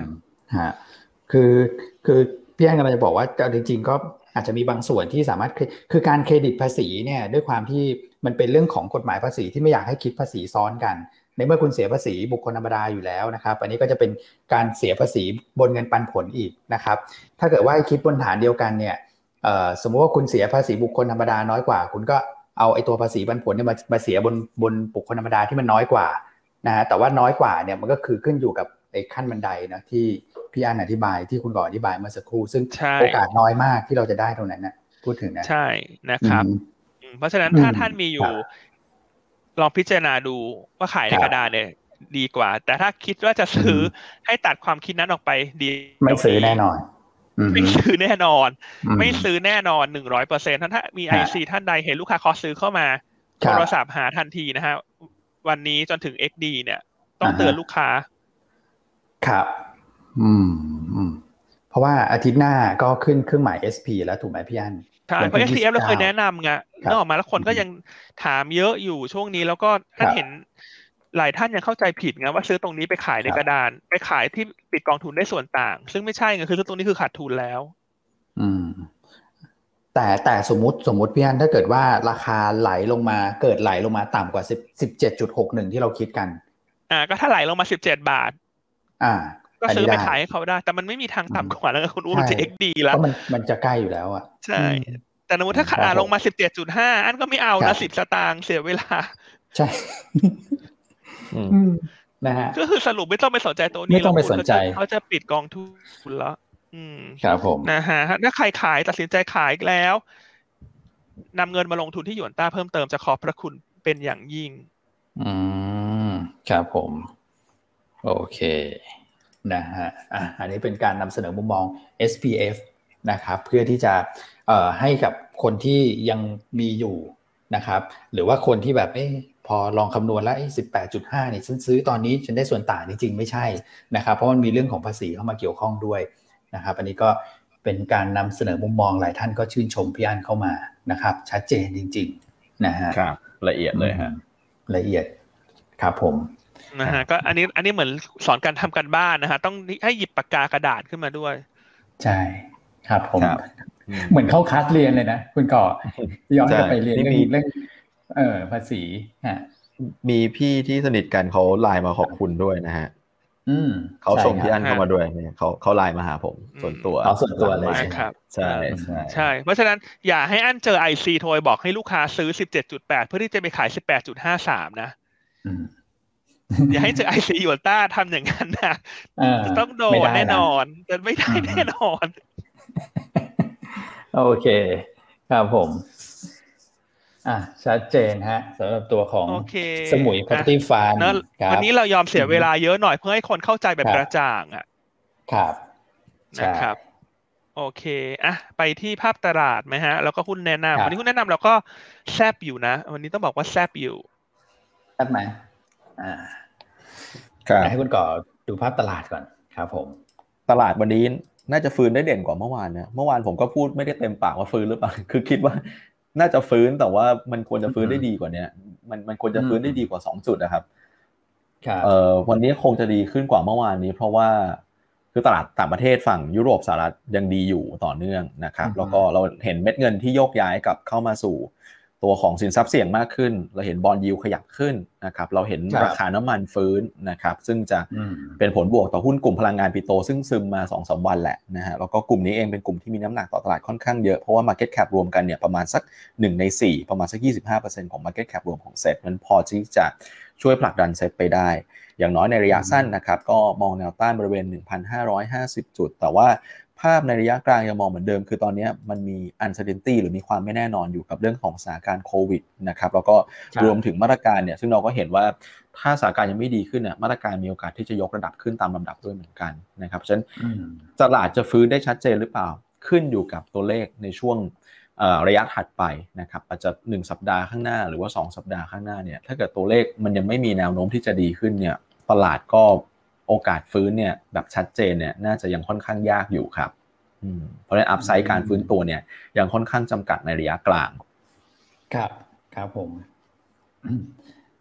ฮะคือคือพี่อันกำลังจะบอกว่าจริงๆก็อาจจะมีบางส่วนที่สามารถคือการเครดิตภาษีเนี่ยด้วยความที่มันเป็นเรื่องของกฎหมายภาษีที่ไม่อยากให้คิดภาษีซ้อนกันในเมื่อคุณเสียภาษีบุคคลธรรมดาอยู่แล้วนะครับอันนี้ก็จะเป็นการเสียภาษีบนเงินปันผลอีกนะครับถ้าเกิดว่าให้คิดบนฐานเดียวกันเนี่ยสมมติว่าคุณเสียภาษีบุคคลธรรมดาน้อยกว่าคุณก็เอาไอ้ตัวภาษีปันผลเนี่ยมามาเสียบนบนบุคคลธรรมดาที่มันน้อยกว่านะฮะแต่ว่าน้อยกว่าเนี่ยมันก็คือขึ้นอยู่กับไอ้ขั้นบันไดนะที่พี่อันอธิบายที่คุณก่ออธิบายเมื่อสักครู่ซึ่งโอกาสน้อยมากที่เราจะได้ตรงนั้นนะพูดถึงนะใช่นะครับเพราะฉะนั้นถ้าท่านมีอยู่ลองพิจารณาดูว่าขายในกระดาษเนี่ยดีกว่าแต่ถ้าคิดว่าจะซื้อให้ตัดความคิดนั้นออกไปดีไม่ซื้อแน่นอนไม่ซื้อแน่นอนไม่ซื้อแน่นอน หนึ่งร้อยเปอร์เซ็นต์ ถ้ามี ไอ ซี ท่านใดเห็นลูกค้าขอซื้อเข้ามาโทรศัพท์หาทันทีนะฮะวันนี้จนถึง เอ็กซ์ ดี เนี่ยต้องเตือนลูกค้าครับอืมอืมเพราะว่าอาทิตย์หน้าก็ขึ้นเครื่องหมาย เอส พี แล้วถูกไหมพี่อั้นใช่เพราะ เอส ที เอฟ เราเคยแนะนำไงนึกออกมาแล้วคนก็ยังถามเยอะอยู่ช่วงนี้แล้วก็ท่านเห็นหลายท่านยังเข้าใจผิดไงว่าซื้อตรงนี้ไปขายในกระดานไปขายที่ปิดกองทุนได้ส่วนต่างซึ่งไม่ใช่ไงคือซื้อตรงนี้คือขาดทุนแล้วอืมแต่แต่สมมุติสมมุติพี่อั้นถ้าเกิดว่าราคาไหลลงมาเกิดไหลลงมาต่ำกว่าสิบเจ็ดจุดหกหนึ่งที่เราคิดกันอ่าก็ถ้าไหลลงมาสิบเจ็ดบาทอ่าก็ซื้อไปขายให้เขาได้แต่มันไม่มีทางต่ำกว่าแล้วคุณอุ้มจะ เอ็กซ์ ดี แล้วเพราะมันมันจะใกล้อยู่แล้วอ่ะใช่แต่สมมติถ้าขาลงมา สิบเจ็ดจุดห้า อันก็ไม่เอานะสิบสตางค์เสียเวลาใช่นะฮะก็คือสรุปไม่ต้องไปสนใจตัวนี้ไม่ต้องไปสนใจเขาจะปิดกองทุนแล้วอืมครับผมนะฮะถ้าใครขายตัดสินใจขายอีกแล้วนำเงินมาลงทุนที่หยวนต้าเพิ่มเติมจะขอบพระคุณเป็นอย่างยิ่งอืมครับผมโอเคนะฮะอ่ะอันนี้เป็นการนำเสนอมุมมอง เอส พี เอฟ นะครับเพื่อที่จะเอ่อให้กับคนที่ยังมีอยู่นะครับหรือว่าคนที่แบบเอ๊ะพอลองคำนวณแล้วไอ้ สิบแปดจุดห้า นี่ฉันซื้อตอนนี้ฉันได้ส่วนต่างจริงๆไม่ใช่นะครับเพราะมันมีเรื่องของภาษีเข้ามาเกี่ยวข้องด้วยนะครับอันนี้ก็เป็นการนำเสนอมุมมองหลายท่านก็ชื่นชมพี่อั้นเข้ามานะครับชัดเจนจริงๆนะฮะครับละเอียดเลยฮะละเอียดครับผมนะฮะก็อันนี้อันนี้เหมือนสอนการทำการบ้านนะฮะต้องให้หยิบปากกากระดาษขึ้นมาด้วยใช่ครับผมเหมือนเข้าคลาสเรียนเลยนะคุณก่อย้อนกลับไปเรียนเรื่องเรื่องเอ่อภาษีฮะมีพี่ที่สนิทกันเขาไลน์มาขอบคุณด้วยนะฮะอืมเขาส่งพี่อั้นเข้ามาด้วยเนี่ยเขาเขาไลน์มาหาผมส่วนตัวเขาส่วนตัวเลยครับใช่ใช่ใช่เพราะฉะนั้นอย่าให้อั้นเจอ ไอ ซี โทรบอกให้ลูกค้าซื้อ สิบเจ็ดจุดแปด เพื่อที่จะไปขาย สิบแปดจุดห้าสาม นะอย่าให้เจอ ไอ ซี หยวนต้าทำอย่างนั้นนะจะต้องโดนแน่นอนจะไม่ได้แน่นอนโอเคครับผมอ่ะชัดเจนฮะสำหรับตัวของสมุย Property Fund วันนี้เรายอมเสียเวลาเยอะหน่อยเพื่อให้คนเข้าใจแบบกระจ่างอ่ะครับนะครับโอเคอ่ะไปที่ภาพตลาดไหมฮะแล้วก็หุ้นแนะนำวันนี้หุ้นแนะนำเราก็แซบอยู่นะวันนี้ต้องบอกว่าแซบอยู่แซบไหมอ่าให้คุณก่อดูภาพตลาดก่อนครับผมตลาดวันนี้น่าจะฟื้นได้เด่นกว่าเมื่อวานนะเมื่อวานผมก็พูดไม่ได้เต็มปากว่าฟื้นหรือเปล่าคือคิดว่าน่าจะฟื้นแต่ว่ามันควรจะฟื้นได้ดีกว่านี้มันมันควรจะฟื้นได้ดีกว่าสองจุดนะครับเอ่อวันนี้คงจะดีขึ้นกว่าเมื่อวานนี้เพราะว่าคือตลาดต่างประเทศฝั่งยุโรปสหรัฐยังดีอยู่ต่อเนื่องนะครับแล้วก็เราเห็นเม็ดเงินที่โยกย้ายกลับเข้ามาสู่ตัวของสินทรัพย์เสี่ยงมากขึ้นเราเห็นบอนด์ยิลด์ขยับขึ้นนะครับเราเห็นราคาน้ำมันฟื้นนะครับซึ่งจะเป็นผลบวกต่อหุ้นกลุ่มพลังงานปิโตรซึ่งซึมมา สองถึงสาม วันแหละนะฮะแล้วก็กลุ่มนี้เองเป็นกลุ่มที่มีน้ำหนักต่อตลาดค่อนข้างเยอะเพราะว่า market cap รวมกันเนี่ยประมาณสักหนึ่งในสี่ประมาณสัก ยี่สิบห้าเปอร์เซ็นต์ ของ market cap รวมของเซ็ตมันพอที่จะช่วยผลักดันเซ็ตไปได้อย่างน้อยในระยะสั้นนะครับก็มองแนวต้านบริเวณ หนึ่งพันห้าร้อยห้าสิบ จุดแต่ว่าภาพในระยะกลางยังมองเหมือนเดิมคือตอนนี้มันมี uncertainty หรือมีความไม่แน่นอนอยู่กับเรื่องของสถานการณ์โควิดนะครับแล้วก็รวมถึงมาตรการเนี่ยซึ่งเราก็เห็นว่าถ้าสถานการณ์ยังไม่ดีขึ้นเนี่ยมาตรการมีโอกาสที่จะยกระดับขึ้นตามลำดับด้วยเหมือนกันนะครับฉะนั้นตลาดจะฟื้นได้ชัดเจนหรือเปล่าขึ้นอยู่กับตัวเลขในช่วงระยะถัดไปนะครับอาจจะหนึ่งสัปดาห์ข้างหน้าหรือว่าสองสัปดาห์ข้างหน้าเนี่ยถ้าเกิดตัวเลขมันยังไม่มีแนวโน้มที่จะดีขึ้นเนี่ยตลาดก็โอกาสฟื้นเนี่ยแบบชัดเจนเนี่ยน่าจะยังค่อนข้างยากอยู่ครับเพราะฉะนั้นอัพไซด์การฟื้นตัวเนี่ยยังค่อนข้างจำกัดในระยะกลางครับครับผม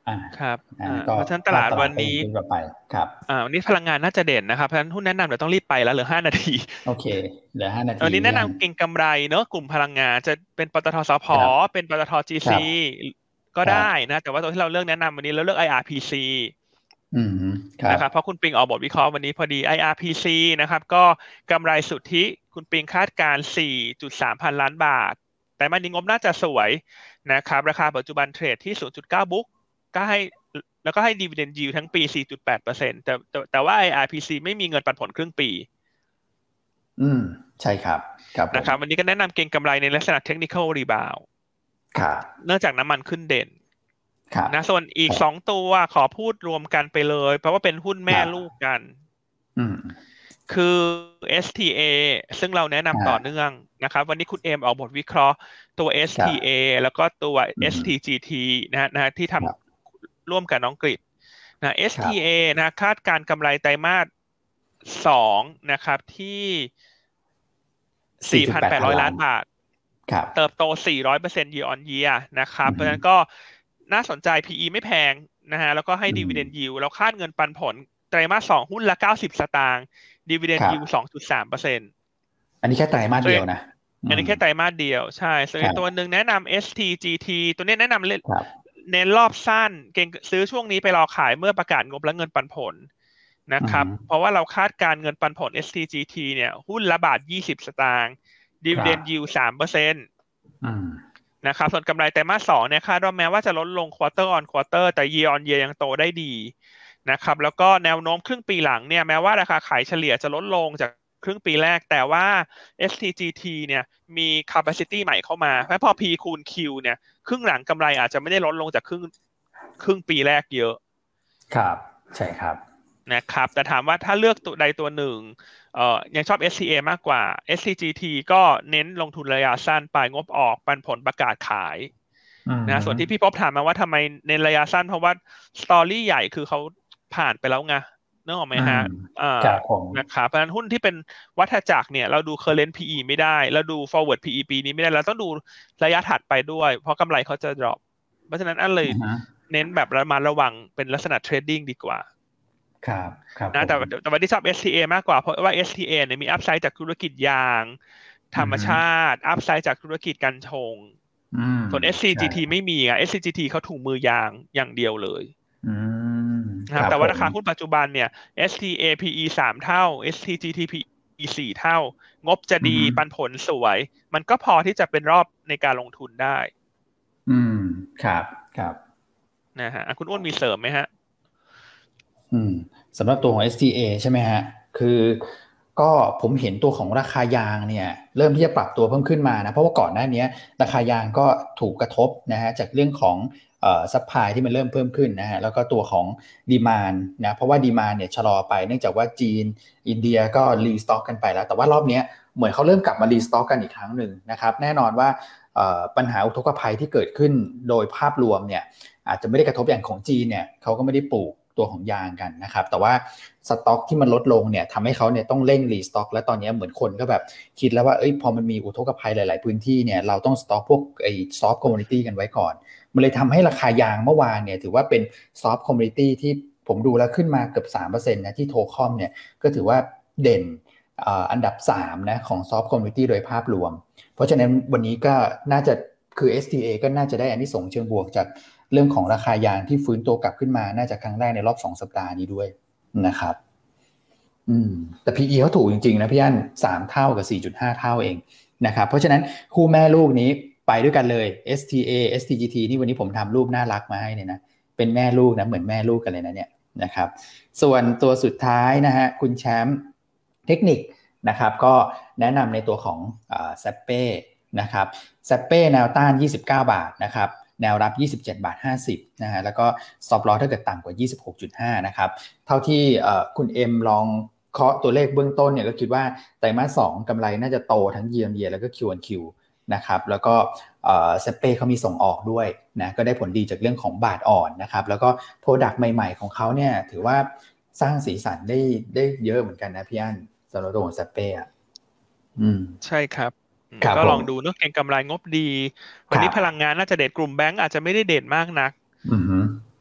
ครับเพราะฉะนั้นตลาดวันนี้ครับอ่าวันนี้พลังงานน่าจะเด่นนะครับเพราะฉะนั้นหุ้นแนะนำเดี๋ยวต้องรีบไปแล้วเหลือห้านาทีโอเคเหลือห้านาทีวันนี้แนะนำเก็งกำไรเนอะกลุ่มพลังงานจะเป็นปตท.สผ.เป็นปตท.จีซีก็ได้นะแต่ว่าตัวที่เราเลือกแนะนำวันนี้เราเลือก ไอ อาร์ พี ซีอืมนะครับเพราะคุณปิงออกบทวิเคราะห์วันนี้พอดี ไอ อาร์ พี ซี นะครับก็กำไรสุทธิคุณปิงคาดการ สี่จุดสาม พันล้านบาทแต่มันนี้งบน่าจะสวยนะครับราคาปัจจุบันเทรดที่ ศูนย์จุดเก้า บุ๊กก็ให้แล้วก็ให้ dividend yield ทั้งปี สี่จุดแปดเปอร์เซ็นต์ แต่แต่แต่ว่า ไอ อาร์ พี ซี ไม่มีเงินปันผลครึ่งปีอืมใช่ครับครับนะครับวันนี้ก็แนะนำเก็งกำไรในลักษณะ technical rebound ครับเนื่องจากน้ำมันขึ้นเด่นครับนะส่วนอีกสองตัวขอพูดรวมกันไปเลยเพราะว่าเป็นหุ้นแม่ลูกกันอืมคือ เอส ที เอ ซึ่งเราแนะนำต่อเนื่องนะครับวันนี้คุณเอมออกบทวิเคราะห์ตัว เอส ที เอ แล้วก็ตัว เอส ที จี ที นะฮะนะที่ทำร่วมกับน้องกฤษนะ เอส ที เอ นะคาดการกำไรไตรมาสสองนะครับที่ สี่พันแปดร้อย ล้านบาทเติบโต สี่ร้อยเปอร์เซ็นต์ year on year นะครับเพราะฉะนั้นก็น่าสนใจ พี อี ไม่แพงนะฮะแล้วก็ให้ dividend yield แล้วคาดเงินปันผลไตรมาสสองหุ้นละเก้าสิบสตางค์ dividend yield สองจุดสามเปอร์เซ็นต์อันนี้แค่ไตรมาสเดียวนะอันนี้แค่ไตรมาสเดียวใช่ส่วนตัวหนึ่งแนะนำ เอส ที จี ที ตัวนี้แนะนำเล่นเน้นรอบสั้นเก่งซื้อช่วงนี้ไปรอขายเมื่อประกาศงบและเงินปันผลนะครับเพราะว่าเราคาดการเงินปันผล เอส ที จี ที เนี่ยหุ้นละบาทยี่สิบสตางค์ dividend yield สามเปอร์เซ็นต์ นะครับส่วนกำไรไตรมาสสองเนี่ยคาดว่าแม้ว่าจะลดลง quarter on quarter แต่ year on year ยังโตได้ดีนะครับแล้วก็แนวโน้มครึ่งปีหลังเนี่ยแม้ว่าราคาขายเฉลี่ยจะลดลงจากครึ่งปีแรกแต่ว่า เอส ที จี ที เนี่ยมี capacity ใหม่เข้ามาเพราะพอ P คูณ Q เนี่ยครึ่งหลังกำไรอาจจะไม่ได้ลดลงจากครึ่งครึ่งปีแรกเยอะครับใช่ครับนะครับแต่ถามว่าถ้าเลือกตัวใดตัวหนึ่งเอ่อยังชอบ เอส ที เอ มากกว่า เอส ที จี ที ก็เน้นลงทุนระยะสั้นปลายงบออกปันผลประกาศขายนะส่วนที่พี่พบถามมาว่าทำไมเน้นระยะสั้นเพราะว่าสตอรี่ใหญ่คือเขาผ่านไปแล้วไงนึกออกไหมฮะอ่านะครับเพราะฉะนั้นหุ้นที่เป็นวัฏจักรเนี่ยเราดู current พี อี ไม่ได้เราดู forward พี อี ปีนี้ไม่ได้เราต้องดูระยะถัดไปด้วยเพราะกำไรเขาจะ drop เพราะฉะนั้นอันเลยเน้นแบบระมัดระวังเป็นลักษณะ trading ดีกว่าครับครับนะแต่แต่วันที่ชอบ เอส ที เอ มากกว่าเพราะว่า เอส ที เอ เนี่ยมีอัพไซด์จากธุรกิจยางธรรมชาติอัพไซด์จากธุรกิจกัญชงส่วน เอส ซี จี ที ไม่มีอ่ะ เอส ซี จี ที เขาถุงมือยางอย่างเดียวเลยนะครับแต่ว่าราคาหุ้นปัจจุบันเนี่ย เอส ที เอ พี อี สามเท่า เอส ที จี ที พี อี สี่เท่างบจะดีปันผลสวยมันก็พอที่จะเป็นรอบในการลงทุนได้อืมครับครับนะฮะคุณอ้วนมีเสริมไหมฮะอืมสำหรับตัวของ เอส ที เอ ใช่ไหมฮะคือก็ผมเห็นตัวของราคายางเนี่ยเริ่มที่จะปรับตัวเพิ่มขึ้นมานะเพราะว่าก่อนหน้านี้ราคายางก็ถูกกระทบนะฮะจากเรื่องของเอ่อซัพพลายที่มันเริ่มเพิ่มขึ้นนะฮะแล้วก็ตัวของดีมานด์นะเพราะว่าดีมานด์เนี่ยชะลอไปเนื่องจากว่าจีนอินเดียก็รีสต็อกกันไปแล้วแต่ว่ารอบนี้เหมือนเขาเริ่มกลับมารีสต็อกกันอีกครั้งหนึ่งนะครับแน่นอนว่าเอ่อปัญหาอุทกภัยที่เกิดขึ้นโดยภาพรวมเนี่ยอาจจะไม่ได้กระทบอย่างของจีนเนี่ยเขาก็ไม่ได้ปลูกตัวของยางกันนะครับแต่ว่าสต็อกที่มันลดลงเนี่ยทำให้เขาเนี่ยต้องเร่งรีสต็อกและตอนนี้เหมือนคนก็แบบคิดแล้วว่าเอ้ยพอมันมีอุทกภัยหลายๆพื้นที่เนี่ยเราต้องสต็อกพวกไอ้ซอฟต์คอมมูนิตี้กันไว้ก่อนมันเลยทำให้ราคายางเมื่อวานเนี่ยถือว่าเป็นซอฟต์คอมมูนิตี้ที่ผมดูแล้วขึ้นมาเกือบ สามเปอร์เซ็นต์ นะที่โทคอมเนี่ยก็ถือว่าเด่นอันดับสามนะของซอฟต์คอมมูนิตี้โดยภาพรวมเพราะฉะนั้นวันนี้ก็น่าจะคือ เอส ที เอ ก็น่าจะได้อานิสงส์เชิงบวกจากเรื่องของราคายางที่ฟื้นตัวกลับขึ้นมาน่าจะครั้งแรกในรอบสองสัปดาห์นี้ด้วยนะครับอืมแต่ พี อี เขาถูกจริงๆนะพี่อั้นสามเท่ากับ สี่จุดห้า เท่าเองนะครับเพราะฉะนั้นคู่แม่ลูกนี้ไปด้วยกันเลย เอส ที เอ เอส ที จี ที นี่วันนี้ผมทำรูปน่ารักมาให้เนี่ยนะเป็นแม่ลูกนะเหมือนแม่ลูกกันเลยนะเนี่ยนะครับส่วนตัวสุดท้ายนะฮะคุณแชมป์เทคนิคนะครับก็แนะนำในตัวของอ่าแซปเป้นะครับแซปเป้แนวต้านยี่สิบเก้าบาทนะครับแนวรับยี่สิบเจ็ดบาทห้าสิบนะฮะแล้วก็ stop loss ถ้าเกิดต่ำกว่า ยี่สิบหกจุดห้า นะครับเท่าที่เอ่อคุณเอ็มลองเคาะตัวเลขเบื้องต้นเนี่ยก็คิดว่าไตรมาสสองกำไรน่าจะโตทั้ง year on year แล้วก็ Q on Q นะครับแล้วก็เอ่อเซเป้เขามีส่งออกด้วยนะก็ได้ผลดีจากเรื่องของบาทอ่อนนะครับแล้วก็ product ใหม่ๆของเขาเนี่ยถือว่าสร้างสีสันได้ได้เยอะเหมือนกันนะพี่อั้นสำหรับตัวของเซเป้อ่ะอืมใช่ครับก็ลองดูเนื้อเก็งกำไรงบดีวันนี้พลังงานน่าจะเด่นกลุ่มแบงก์อาจจะไม่ได้เด่นมากนัก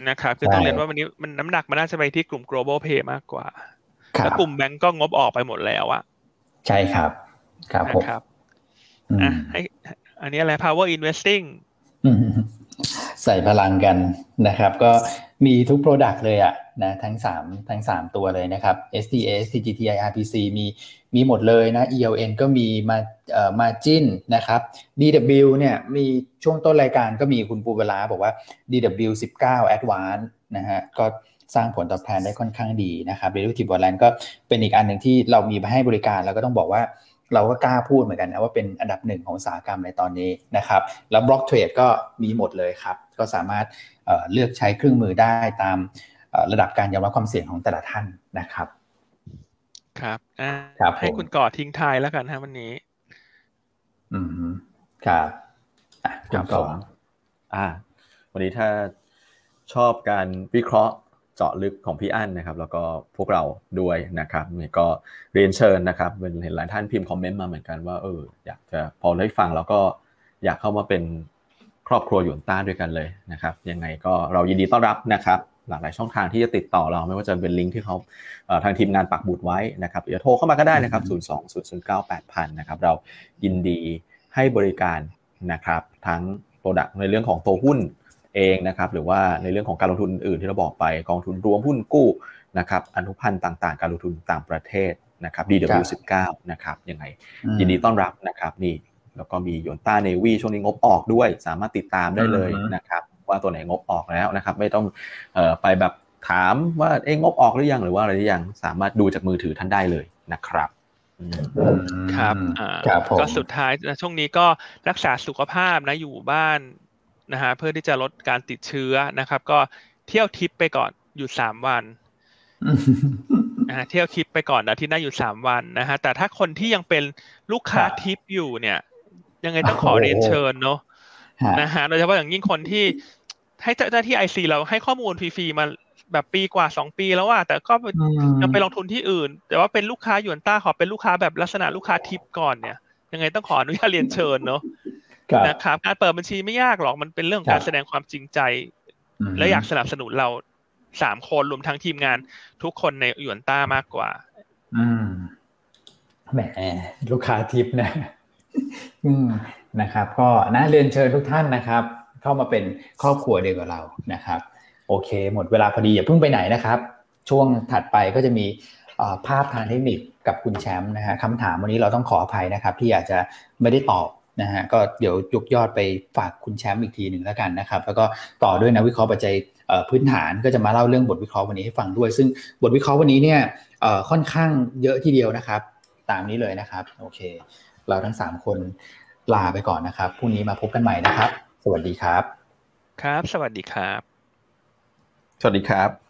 นะครับคือต้องเรียนว่าวันนี้มันน้ำหนักมันน่าจะไปที่กลุ่ม global pay มากกว่าแล้วกลุ่มแบงก์ก็งบออกไปหมดแล้วอะใช่ครับครับผมนะครับอ่ะให้อันนี้อะไร power investing ใส่พลังกันนะครับก็มีทุก product เลยอ่ะนะทั้งสามทั้งสามตัวเลยนะครับ เอส ที เอส ซี จี ที ไอ อาร์ พี ซี มีมีหมดเลยนะ อี แอล เอ็น ก็มีมาเอ่อ margin นะครับ ดี ดับเบิลยู เนี่ยมีช่วงต้นรายการก็มีคุณปูเวลาบอกว่า ดี ดับเบิลยู สิบเก้า Advance นะฮะก็สร้างผลตอบแทนได้ค่อนข้างดีนะครับ Relative Balance ก็เป็นอีกอันหนึ่งที่เรามีมาให้บริการแล้วก็ต้องบอกว่าเราก็กล้าพูดเหมือนกันนะว่าเป็นอันดับหนึ่งของอุตสาหกรรมในตอนนี้นะครับแล้ว Block Trade ก็มีหมดเลยครับก็สามารถ เอ่อ เลือกใช้เครื่องมือได้ตามระดับการยอมรับความเสี่ยงของแต่ละท่านนะครับครับอ่าให้คุณก่อทิ้งท้ายแล้วกันฮะวันนี้อืมครับอ่ะคุณก่ออ่าวันนี้ถ้าชอบการวิเคราะห์เจาะลึกของพี่อั้นนะครับแล้วก็พวกเราด้วยนะครับก็เรียนเชิญนะครับเห็นหลายท่านพิมพ์คอมเมนต์มาเหมือนกันว่าเอออยากจะพอได้ฟังแล้วก็อยากเข้ามาเป็นครอบครัวหยวนต้าด้วยกันเลยนะครับยังไงก็เรายินดีต้อนรับนะครับหลากหลายช่องทางที่จะติดต่อเราไม่ว่าจะเป็นลิงก์ที่เขาทางทีมงานปักหมุดไว้นะครับหรือโทรเข้ามาก็ได้นะครับศูนย์ สอง ศูนย์ ศูนย์ เก้า แปด ศูนย์ ศูนย์นะครับเรายินดีให้บริการนะครับทั้งโปรดักต์ในเรื่องของตัวหุ้นเองนะครับหรือว่าในเรื่องของการลงทุนอื่นที่เราบอกไปกองทุนรวมหุ้นกู้นะครับอนุพันธ์ต่างๆการลงทุนต่างประเทศนะครับ ดี ดับเบิลยู สิบเก้า นะครับยังไงยินดีต้อนรับนะครับนี่แล้วก็มีหยวนต้าเนวีช่วงนี้งบออกด้วยสามารถติดตามได้เลยนะครับว่าตัวไหนงบออกแล้วนะครับไม่ต้องเอ่อไปแบบถามว่าเอ๊ะงบออกหรือยังหรือว่าอะไรหรือยังสามารถดูจากมือถือท่านได้เลยนะครับครับอ่าก็สุดท้ายช่วงนี้ก็รักษาสุขภาพนะอยู่บ้านนะฮะเพื่อที่จะลดการติดเชื้อนะครับก็เที่ยวทริปไปก่อนอยู่สามวันนะฮะเที่ยวทริปไปก่อนอาทิตย์หน้าอยู่สามวันนะฮะแต่ถ้าคนที่ยังเป็นลูกค้าทริปอยู่เนี่ยยังไงต้องขอเรียนเชิญเนาะนะฮะโดยเฉพาะอย่างยิ่งคนที่ให้เจ้าหน้าที่ ไอ ซี เราให้ข้อมูลฟรีๆมาแบบปีกว่าสองปีแล้วอ่ะแต่ก็ยังไปลงทุนที่อื่นแต่ว่าเป็นลูกค้าหยวนต้าขอเป็นลูกค้าแบบลักษณะลูกค้าทิปก่อนเนี่ยยังไงต้องขออนุญาตเรียนเชิญเนาะนะครับการเปิดบัญชีไม่ยากหรอกมันเป็นเรื่องการแสดงความจริงใจและอยากสนับสนุนเราสามคนรวมทั้งทีมงานทุกคนในหยวนต้ามากกว่าอืมแหมลูกค้าทิปนะอืมนะครับก็น่าเรียนเชิญทุกท่านนะครับเข้ามาเป็นครอบครัวเดียวกับเรานะครับโอเคหมดเวลาพอดีอย่าเพิ่งไปไหนนะครับช่วงถัดไปก็จะมีภาพทางเทคนิคกับคุณแชมป์นะฮะคำถามวันนี้เราต้องขออภัยนะครับที่อาจจะไม่ได้ตอบนะฮะก็เดี๋ยวยกยอดไปฝากคุณแชมป์อีกทีหนึ่งแล้วกันนะครับแล้วก็ต่อด้วยนักวิเคราะห์ปัจจัยพื้นฐานก็จะมาเล่าเรื่องบทวิเคราะห์วันนี้ให้ฟังด้วยซึ่งบทวิเคราะห์วันนี้เนี่ยค่อนข้างเยอะทีเดียวนะครับตามนี้เลยนะครับโอเคเราทั้งสามคนลาไปก่อนนะครับพรุ่งนี้มาพบกันใหม่นะครับสวัสดีครับครับสวัสดีครับสวัสดีครับ